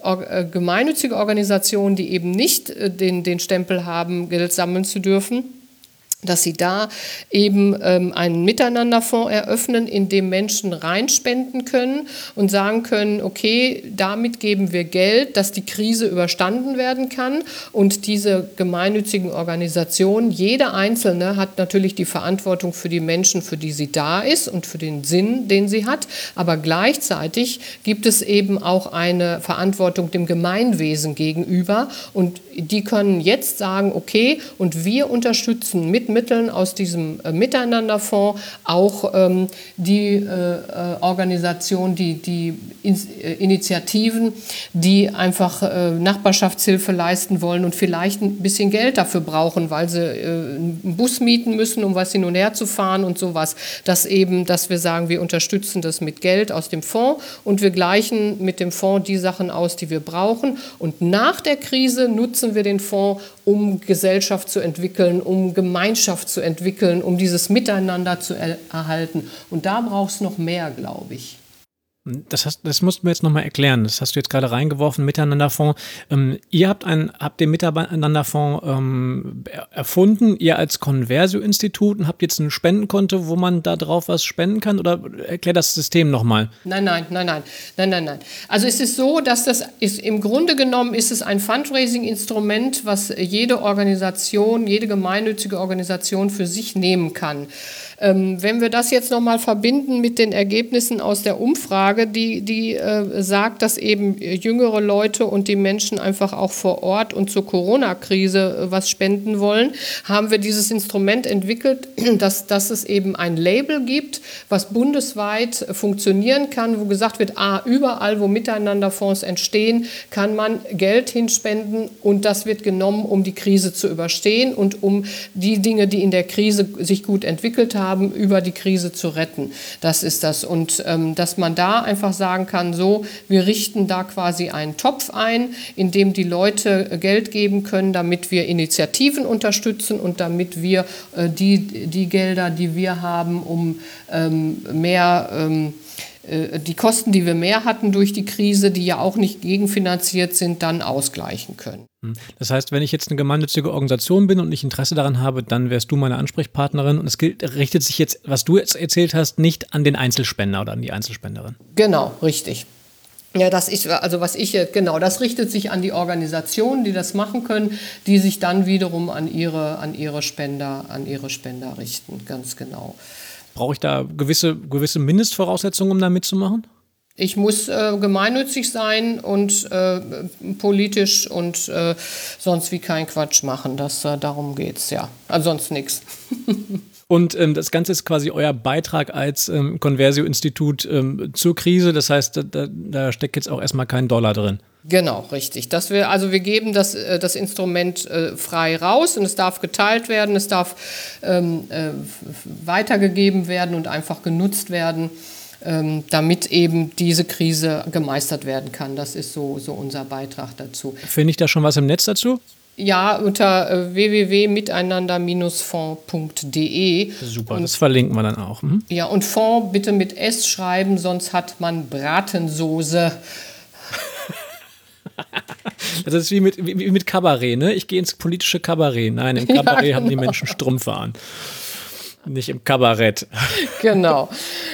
gemeinnützige Organisationen, die eben nicht den Stempel haben, Geld sammeln zu dürfen, dass sie da eben einen Miteinanderfonds eröffnen, in dem Menschen reinspenden können und sagen können, okay, damit geben wir Geld, dass die Krise überstanden werden kann. Und diese gemeinnützigen Organisationen, jede einzelne hat natürlich die Verantwortung für die Menschen, für die sie da ist und für den Sinn, den sie hat. Aber gleichzeitig gibt es eben auch eine Verantwortung dem Gemeinwesen gegenüber. Und die können jetzt sagen, okay, und wir unterstützen mit Mitteln aus diesem Miteinanderfonds auch die Organisation, die Initiativen, die einfach Nachbarschaftshilfe leisten wollen und vielleicht ein bisschen Geld dafür brauchen, weil sie einen Bus mieten müssen, um was hin und her zu fahren und sowas. Dass wir sagen, wir unterstützen das mit Geld aus dem Fonds und wir gleichen mit dem Fonds die Sachen aus, die wir brauchen. Und nach der Krise nutzen wir den Fonds, um Gesellschaft zu entwickeln, um Gemeinschaft zu entwickeln, um dieses Miteinander zu erhalten. Und da braucht es noch mehr, glaube ich. Das musst du mir jetzt nochmal erklären. Das hast du jetzt gerade reingeworfen, Miteinanderfonds. Ihr habt den Miteinanderfonds erfunden, ihr als Conversio-Institut, und habt jetzt ein Spendenkonto, wo man da drauf was spenden kann? Oder erklär das System nochmal. Nein. Also es ist so, dass im Grunde genommen ist es ein Fundraising-Instrument, was jede Organisation, jede gemeinnützige Organisation für sich nehmen kann. Wenn wir das jetzt nochmal verbinden mit den Ergebnissen aus der Umfrage, die sagt, dass eben jüngere Leute und die Menschen einfach auch vor Ort und zur Corona-Krise was spenden wollen, haben wir dieses Instrument entwickelt, dass es eben ein Label gibt, was bundesweit funktionieren kann, wo gesagt wird, überall, wo Miteinanderfonds entstehen, kann man Geld hinspenden und das wird genommen, um die Krise zu überstehen und um die Dinge, die in der Krise sich gut entwickelt haben, über die Krise zu retten. Das ist das. Und dass man da einfach sagen kann, so, wir richten da quasi einen Topf ein, in dem die Leute Geld geben können, damit wir Initiativen unterstützen und damit wir die Gelder, die wir haben, um die Kosten, die wir mehr hatten durch die Krise, die ja auch nicht gegenfinanziert sind, dann ausgleichen können. Das heißt, wenn ich jetzt eine gemeinnützige Organisation bin und ich Interesse daran habe, dann wärst du meine Ansprechpartnerin und es richtet sich jetzt, was du jetzt erzählt hast, nicht an den Einzelspender oder an die Einzelspenderin. Genau, richtig. Ja, das richtet sich an die Organisationen, die das machen können, die sich dann wiederum an ihre Spender richten, ganz genau. Brauche ich da gewisse Mindestvoraussetzungen, um da mitzumachen? Ich muss gemeinnützig sein und politisch und sonst wie kein Quatsch machen. Darum geht's, ja. Also sonst nichts. Und das Ganze ist quasi euer Beitrag als Conversio-Institut zur Krise. Das heißt, da steckt jetzt auch erstmal kein Dollar drin. Genau, richtig. Wir geben das Instrument frei raus und es darf geteilt werden, es darf weitergegeben werden und einfach genutzt werden, damit eben diese Krise gemeistert werden kann. Das ist so unser Beitrag dazu. Finde ich da schon was im Netz dazu? Ja, unter www.miteinanderfonds.de. Super, das verlinken wir dann auch. Ja, und Fonds bitte mit S schreiben, sonst hat man Bratensoße. Das ist wie mit Kabarett, ne? Ich gehe ins politische Kabarett. Nein, im Kabarett haben die Menschen Strümpfe an. Nicht im Kabarett. Genau.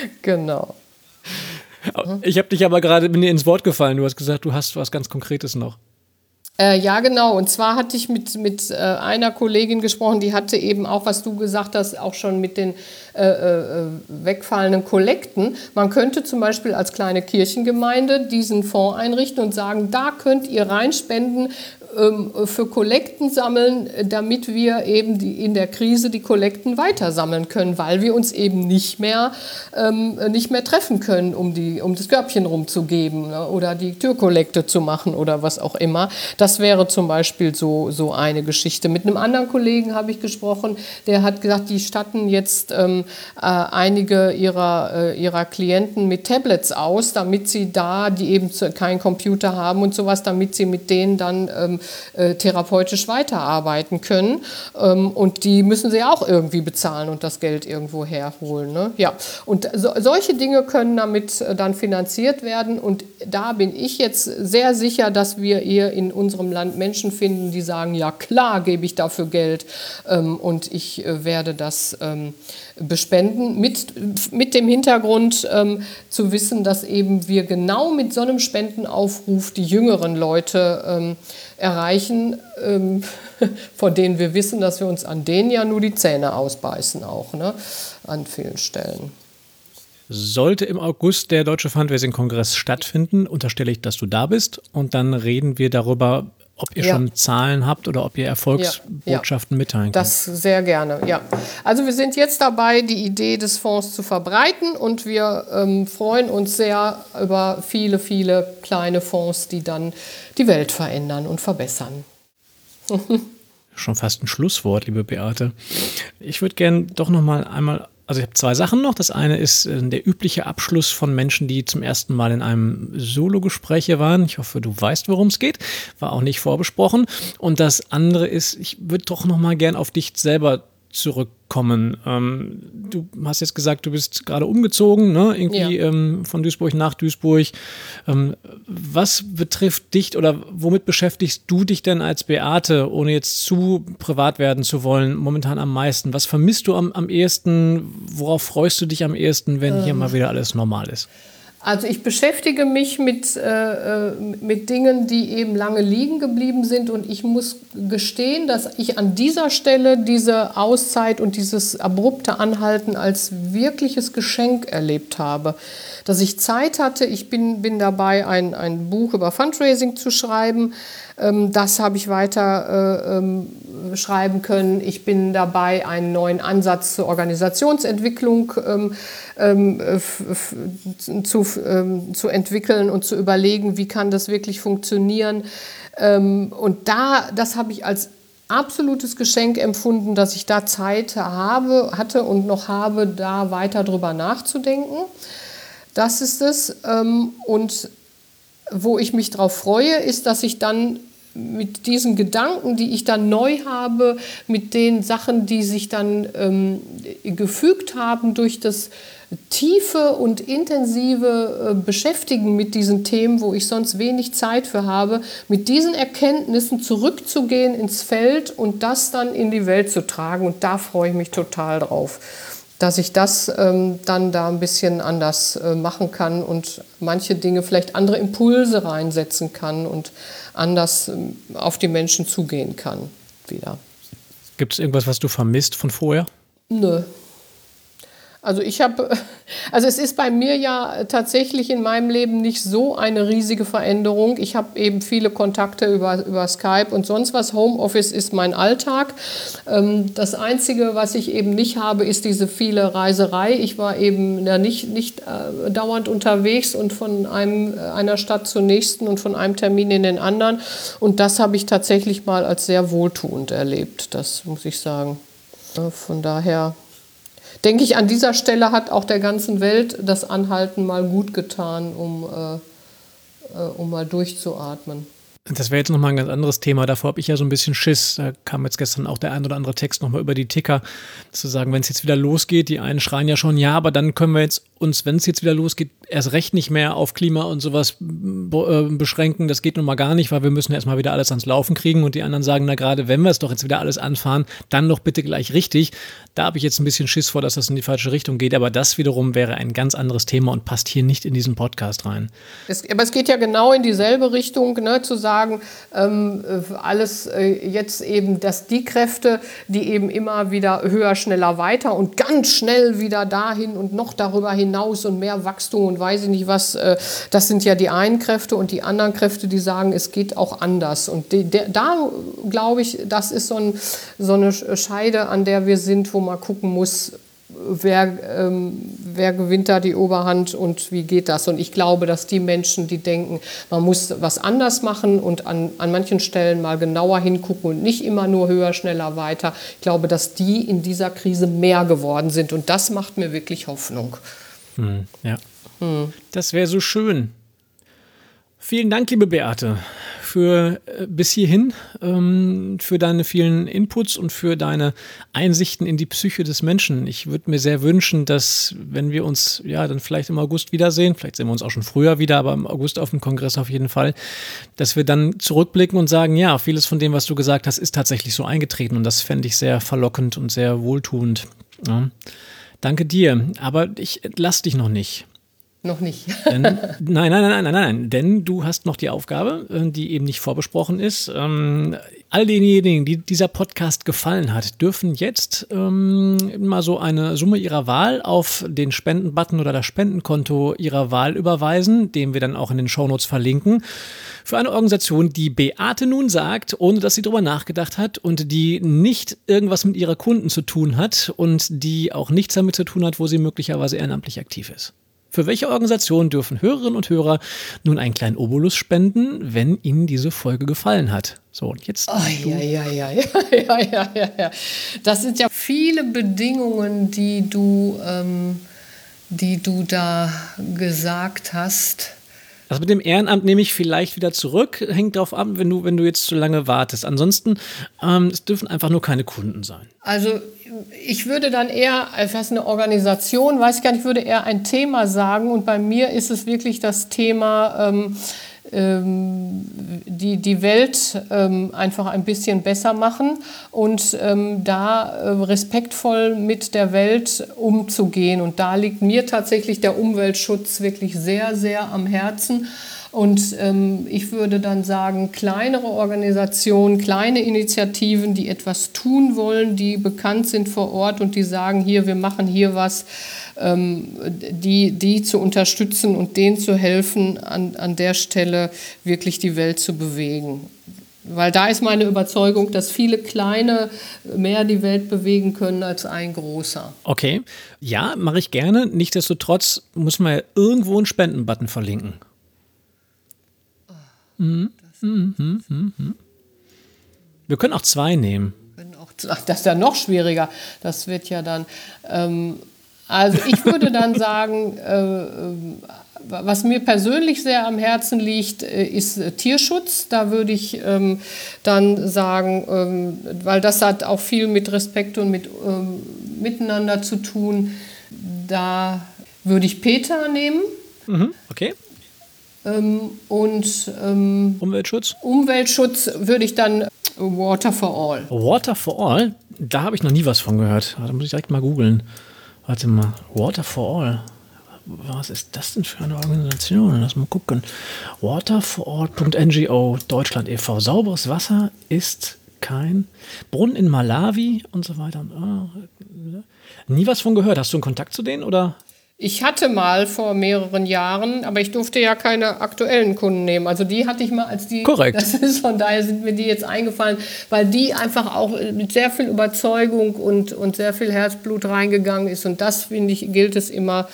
Ich habe dich aber gerade ins Wort gefallen. Du hast gesagt, du hast was ganz Konkretes noch. Ja, genau. Und zwar hatte ich mit einer Kollegin gesprochen, die hatte eben auch, was du gesagt hast, auch schon mit den wegfallenden Kollekten. Man könnte zum Beispiel als kleine Kirchengemeinde diesen Fonds einrichten und sagen, da könnt ihr reinspenden für Kollekten sammeln, damit wir eben in der Krise die Kollekten weiter sammeln können, weil wir uns eben nicht mehr treffen können, um das Körbchen rumzugeben, ne, oder die Türkollekte zu machen oder was auch immer. Das wäre zum Beispiel so eine Geschichte. Mit einem anderen Kollegen habe ich gesprochen, der hat gesagt, die statten jetzt einige ihrer Klienten mit Tablets aus, damit sie die eben keinen Computer haben und sowas, damit sie mit denen dann therapeutisch weiterarbeiten können. Und die müssen sie auch irgendwie bezahlen und das Geld irgendwo herholen. Ne? Ja. Und solche Dinge können damit dann finanziert werden. Und da bin ich jetzt sehr sicher, dass wir hier in unserem Land Menschen finden, die sagen, ja klar, gebe ich dafür Geld und ich werde das bespenden. Mit dem Hintergrund zu wissen, dass eben wir genau mit so einem Spendenaufruf die jüngeren Leute erreichen, von denen wir wissen, dass wir uns an denen ja nur die Zähne ausbeißen auch, ne? An vielen Stellen. Sollte im August der Deutsche Fundraising-Kongress stattfinden, unterstelle ich, dass du da bist und dann reden wir darüber, ob ihr schon Zahlen habt oder ob ihr Erfolgsbotschaften mitteilen könnt. Das sehr gerne, ja. Also wir sind jetzt dabei, die Idee des Fonds zu verbreiten und wir freuen uns sehr über viele, viele kleine Fonds, die dann die Welt verändern und verbessern. Schon fast ein Schlusswort, liebe Beate. Ich würde gerne doch noch mal einmal, also ich habe 2 Sachen noch. Das eine ist der übliche Abschluss von Menschen, die zum ersten Mal in einem Solo-Gespräch hier waren. Ich hoffe, du weißt, worum es geht. War auch nicht vorbesprochen. Und das andere ist, ich würde doch noch mal gern auf dich selber zurückkommen. Du hast jetzt gesagt, du bist gerade umgezogen, ne? Irgendwie von Duisburg nach Duisburg. Was betrifft dich oder womit beschäftigst du dich denn als Beate, ohne jetzt zu privat werden zu wollen, momentan am meisten? Was vermisst du am ehesten? Worauf freust du dich am ehesten, wenn hier mal wieder alles normal ist? Also ich beschäftige mich mit Dingen, die eben lange liegen geblieben sind und ich muss gestehen, dass ich an dieser Stelle diese Auszeit und dieses abrupte Anhalten als wirkliches Geschenk erlebt habe. Dass ich Zeit hatte, ich bin dabei, ein Buch über Fundraising zu schreiben. Das habe ich weiter schreiben können. Ich bin dabei, einen neuen Ansatz zur Organisationsentwicklung zu entwickeln und zu überlegen, wie kann das wirklich funktionieren. Und das habe ich als absolutes Geschenk empfunden, dass ich da Zeit hatte und noch habe, da weiter drüber nachzudenken. Das ist es. Und wo ich mich drauf freue, ist, dass ich dann mit diesen Gedanken, die ich dann neu habe, mit den Sachen, die sich dann gefügt haben durch das tiefe und intensive Beschäftigen mit diesen Themen, wo ich sonst wenig Zeit für habe, mit diesen Erkenntnissen zurückzugehen ins Feld und das dann in die Welt zu tragen. Und da freue ich mich total drauf, dass ich das dann da ein bisschen anders machen kann und manche Dinge, vielleicht andere Impulse reinsetzen kann und anders auf die Menschen zugehen kann wieder. Gibt es irgendwas, was du vermisst von vorher? Nö. Also es ist bei mir ja tatsächlich in meinem Leben nicht so eine riesige Veränderung. Ich habe eben viele Kontakte über Skype und sonst was. Homeoffice ist mein Alltag. Das Einzige, was ich eben nicht habe, ist diese viele Reiserei. Ich war eben nicht dauernd unterwegs und von einer Stadt zur nächsten und von einem Termin in den anderen. Und das habe ich tatsächlich mal als sehr wohltuend erlebt. Das muss ich sagen. Von daher denke ich, an dieser Stelle hat auch der ganzen Welt das Anhalten mal gut getan, um mal durchzuatmen. Das wäre jetzt nochmal ein ganz anderes Thema. Davor habe ich ja so ein bisschen Schiss. Da kam jetzt gestern auch der ein oder andere Text nochmal über die Ticker, zu sagen, wenn es jetzt wieder losgeht, die einen schreien ja schon, ja, aber dann können wir jetzt uns, wenn es jetzt wieder losgeht, erst recht nicht mehr auf Klima und sowas beschränken. Das geht nun mal gar nicht, weil wir müssen erstmal wieder alles ans Laufen kriegen. Und die anderen sagen, na gerade wenn wir es doch jetzt wieder alles anfahren, dann doch bitte gleich richtig. Da habe ich jetzt ein bisschen Schiss vor, dass das in die falsche Richtung geht. Aber das wiederum wäre ein ganz anderes Thema und passt hier nicht in diesen Podcast rein. Aber es geht ja genau in dieselbe Richtung, ne, zu sagen, alles jetzt eben, dass die Kräfte, die eben immer wieder höher, schneller, weiter und ganz schnell wieder dahin und noch darüber hinaus und mehr Wachstum und weiß ich nicht was, das sind ja die einen Kräfte und die anderen Kräfte, die sagen, es geht auch anders. Und da glaube ich, das ist so eine Scheide, an der wir sind, wo man gucken muss, wer gewinnt da die Oberhand und wie geht das? Und ich glaube, dass die Menschen, die denken, man muss was anders machen und an manchen Stellen mal genauer hingucken und nicht immer nur höher, schneller, weiter, ich glaube, dass die in dieser Krise mehr geworden sind. Und das macht mir wirklich Hoffnung. Ja, das wäre so schön. Vielen Dank, liebe Beate, für bis hierhin, für deine vielen Inputs und für deine Einsichten in die Psyche des Menschen. Ich würde mir sehr wünschen, dass, wenn wir uns dann vielleicht im August wiedersehen, vielleicht sehen wir uns auch schon früher wieder, aber im August auf dem Kongress auf jeden Fall, dass wir dann zurückblicken und sagen, ja, vieles von dem, was du gesagt hast, ist tatsächlich so eingetreten und das fände ich sehr verlockend und sehr wohltuend. Ja. Danke dir, aber ich entlasse dich noch nicht. Noch nicht. Nein, denn du hast noch die Aufgabe, die eben nicht vorbesprochen ist. All denjenigen, die dieser Podcast gefallen hat, dürfen jetzt mal so eine Summe ihrer Wahl auf den Spendenbutton oder das Spendenkonto ihrer Wahl überweisen, den wir dann auch in den Shownotes verlinken, für eine Organisation, die Beate nun sagt, ohne dass sie darüber nachgedacht hat und die nicht irgendwas mit ihrer Kunden zu tun hat und die auch nichts damit zu tun hat, wo sie möglicherweise ehrenamtlich aktiv ist. Für welche Organisation dürfen Hörerinnen und Hörer nun einen kleinen Obolus spenden, wenn ihnen diese Folge gefallen hat? So, und jetzt. Ja. Das sind ja viele Bedingungen, die du da gesagt hast. Das mit dem Ehrenamt nehme ich vielleicht wieder zurück. Hängt darauf ab, wenn du jetzt zu lange wartest. Ansonsten, es dürfen einfach nur keine Kunden sein. Also ich würde dann eher, als eine Organisation, weiß ich gar nicht, ich würde eher ein Thema sagen. Und bei mir ist es wirklich das Thema, die Welt einfach ein bisschen besser machen und da respektvoll mit der Welt umzugehen. Und da liegt mir tatsächlich der Umweltschutz wirklich sehr, sehr am Herzen. Und ich würde dann sagen, kleinere Organisationen, kleine Initiativen, die etwas tun wollen, die bekannt sind vor Ort und die sagen, hier, wir machen hier was, die zu unterstützen und denen zu helfen, an der Stelle wirklich die Welt zu bewegen. Weil da ist meine Überzeugung, dass viele kleine mehr die Welt bewegen können als ein großer. Okay, ja, mache ich gerne. Nichtsdestotrotz muss man ja irgendwo einen Spendenbutton verlinken. Wir können auch 2 nehmen. Das ist ja noch schwieriger. Das wird ja dann. Also ich würde dann sagen, was mir persönlich sehr am Herzen liegt, ist Tierschutz. Da würde ich dann sagen, weil das hat auch viel mit Respekt und mit Miteinander zu tun. Da würde ich Peter nehmen. Okay. Und Umweltschutz? Umweltschutz würde ich dann Water for All. Water for All? Da habe ich noch nie was von gehört. Da muss ich direkt mal googeln. Warte mal. Water for All. Was ist das denn für eine Organisation? Lass mal gucken. Waterforall.ngo Deutschland e.V. Sauberes Wasser ist kein Brunnen in Malawi und so weiter. Nie was von gehört. Hast du einen Kontakt zu denen oder? Ich hatte mal vor mehreren Jahren, aber ich durfte ja keine aktuellen Kunden nehmen. Also die hatte ich mal als die. Korrekt. Das ist, von daher sind mir die jetzt eingefallen, weil die einfach auch mit sehr viel Überzeugung und sehr viel Herzblut reingegangen ist. Und das, finde ich, gilt es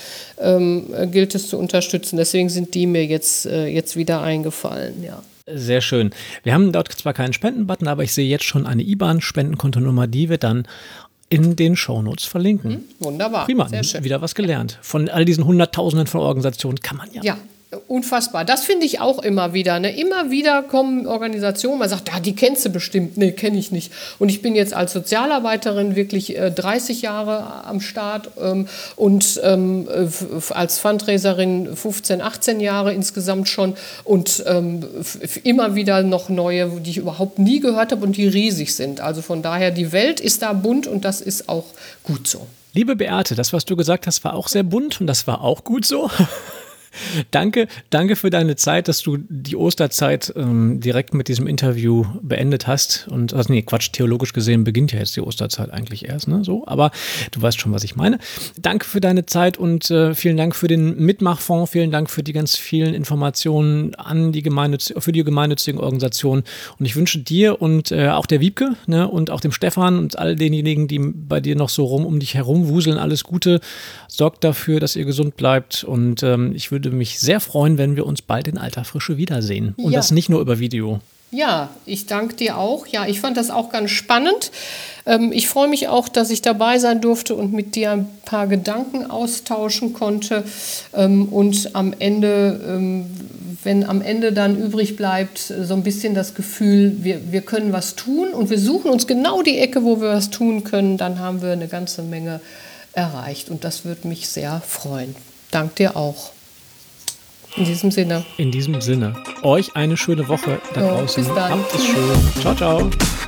zu unterstützen. Deswegen sind die mir jetzt wieder eingefallen, ja. Sehr schön. Wir haben dort zwar keinen Spendenbutton, aber ich sehe jetzt schon eine IBAN-Spendenkontonummer, die wir dann in den Shownotes verlinken. Wunderbar. Prima, sehr schön. Wieder was gelernt. Von all diesen Hunderttausenden von Organisationen kann man ja. Ja, unfassbar. Das finde ich auch immer wieder. Ne? Immer wieder kommen Organisationen, man sagt, die kennst du bestimmt. Nee, kenne ich nicht. Und ich bin jetzt als Sozialarbeiterin wirklich 30 Jahre am Start und als Fundraiserin 15, 18 Jahre insgesamt schon und immer wieder noch neue, die ich überhaupt nie gehört habe und die riesig sind. Also von daher, die Welt ist da bunt und das ist auch gut so. Liebe Beate, das, was du gesagt hast, war auch sehr bunt und das war auch gut so. Danke für deine Zeit, dass du die Osterzeit direkt mit diesem Interview beendet hast. Und theologisch gesehen beginnt ja jetzt die Osterzeit eigentlich erst, ne? So, aber du weißt schon, was ich meine. Danke für deine Zeit und vielen Dank für den Mitmachfonds, vielen Dank für die ganz vielen Informationen an für die gemeinnützigen Organisationen. Und ich wünsche dir und auch der Wiebke, ne, und auch dem Stefan und all denjenigen, die bei dir noch so um dich herum wuseln, alles Gute. Sorgt dafür, dass ihr gesund bleibt und ich würde mich sehr freuen, wenn wir uns bald in alter Frische wiedersehen. Und das nicht nur über Video. Ja, ich danke dir auch. Ja, ich fand das auch ganz spannend. Ich freue mich auch, dass ich dabei sein durfte und mit dir ein paar Gedanken austauschen konnte. Und am Ende wenn am Ende dann übrig bleibt, so ein bisschen das Gefühl, wir können was tun und wir suchen uns genau die Ecke, wo wir was tun können, dann haben wir eine ganze Menge erreicht. Und das würde mich sehr freuen. Dank dir auch. In diesem Sinne. In diesem Sinne. Euch eine schöne Woche da draußen. Bis dann. Habt es schön. Ciao, ciao.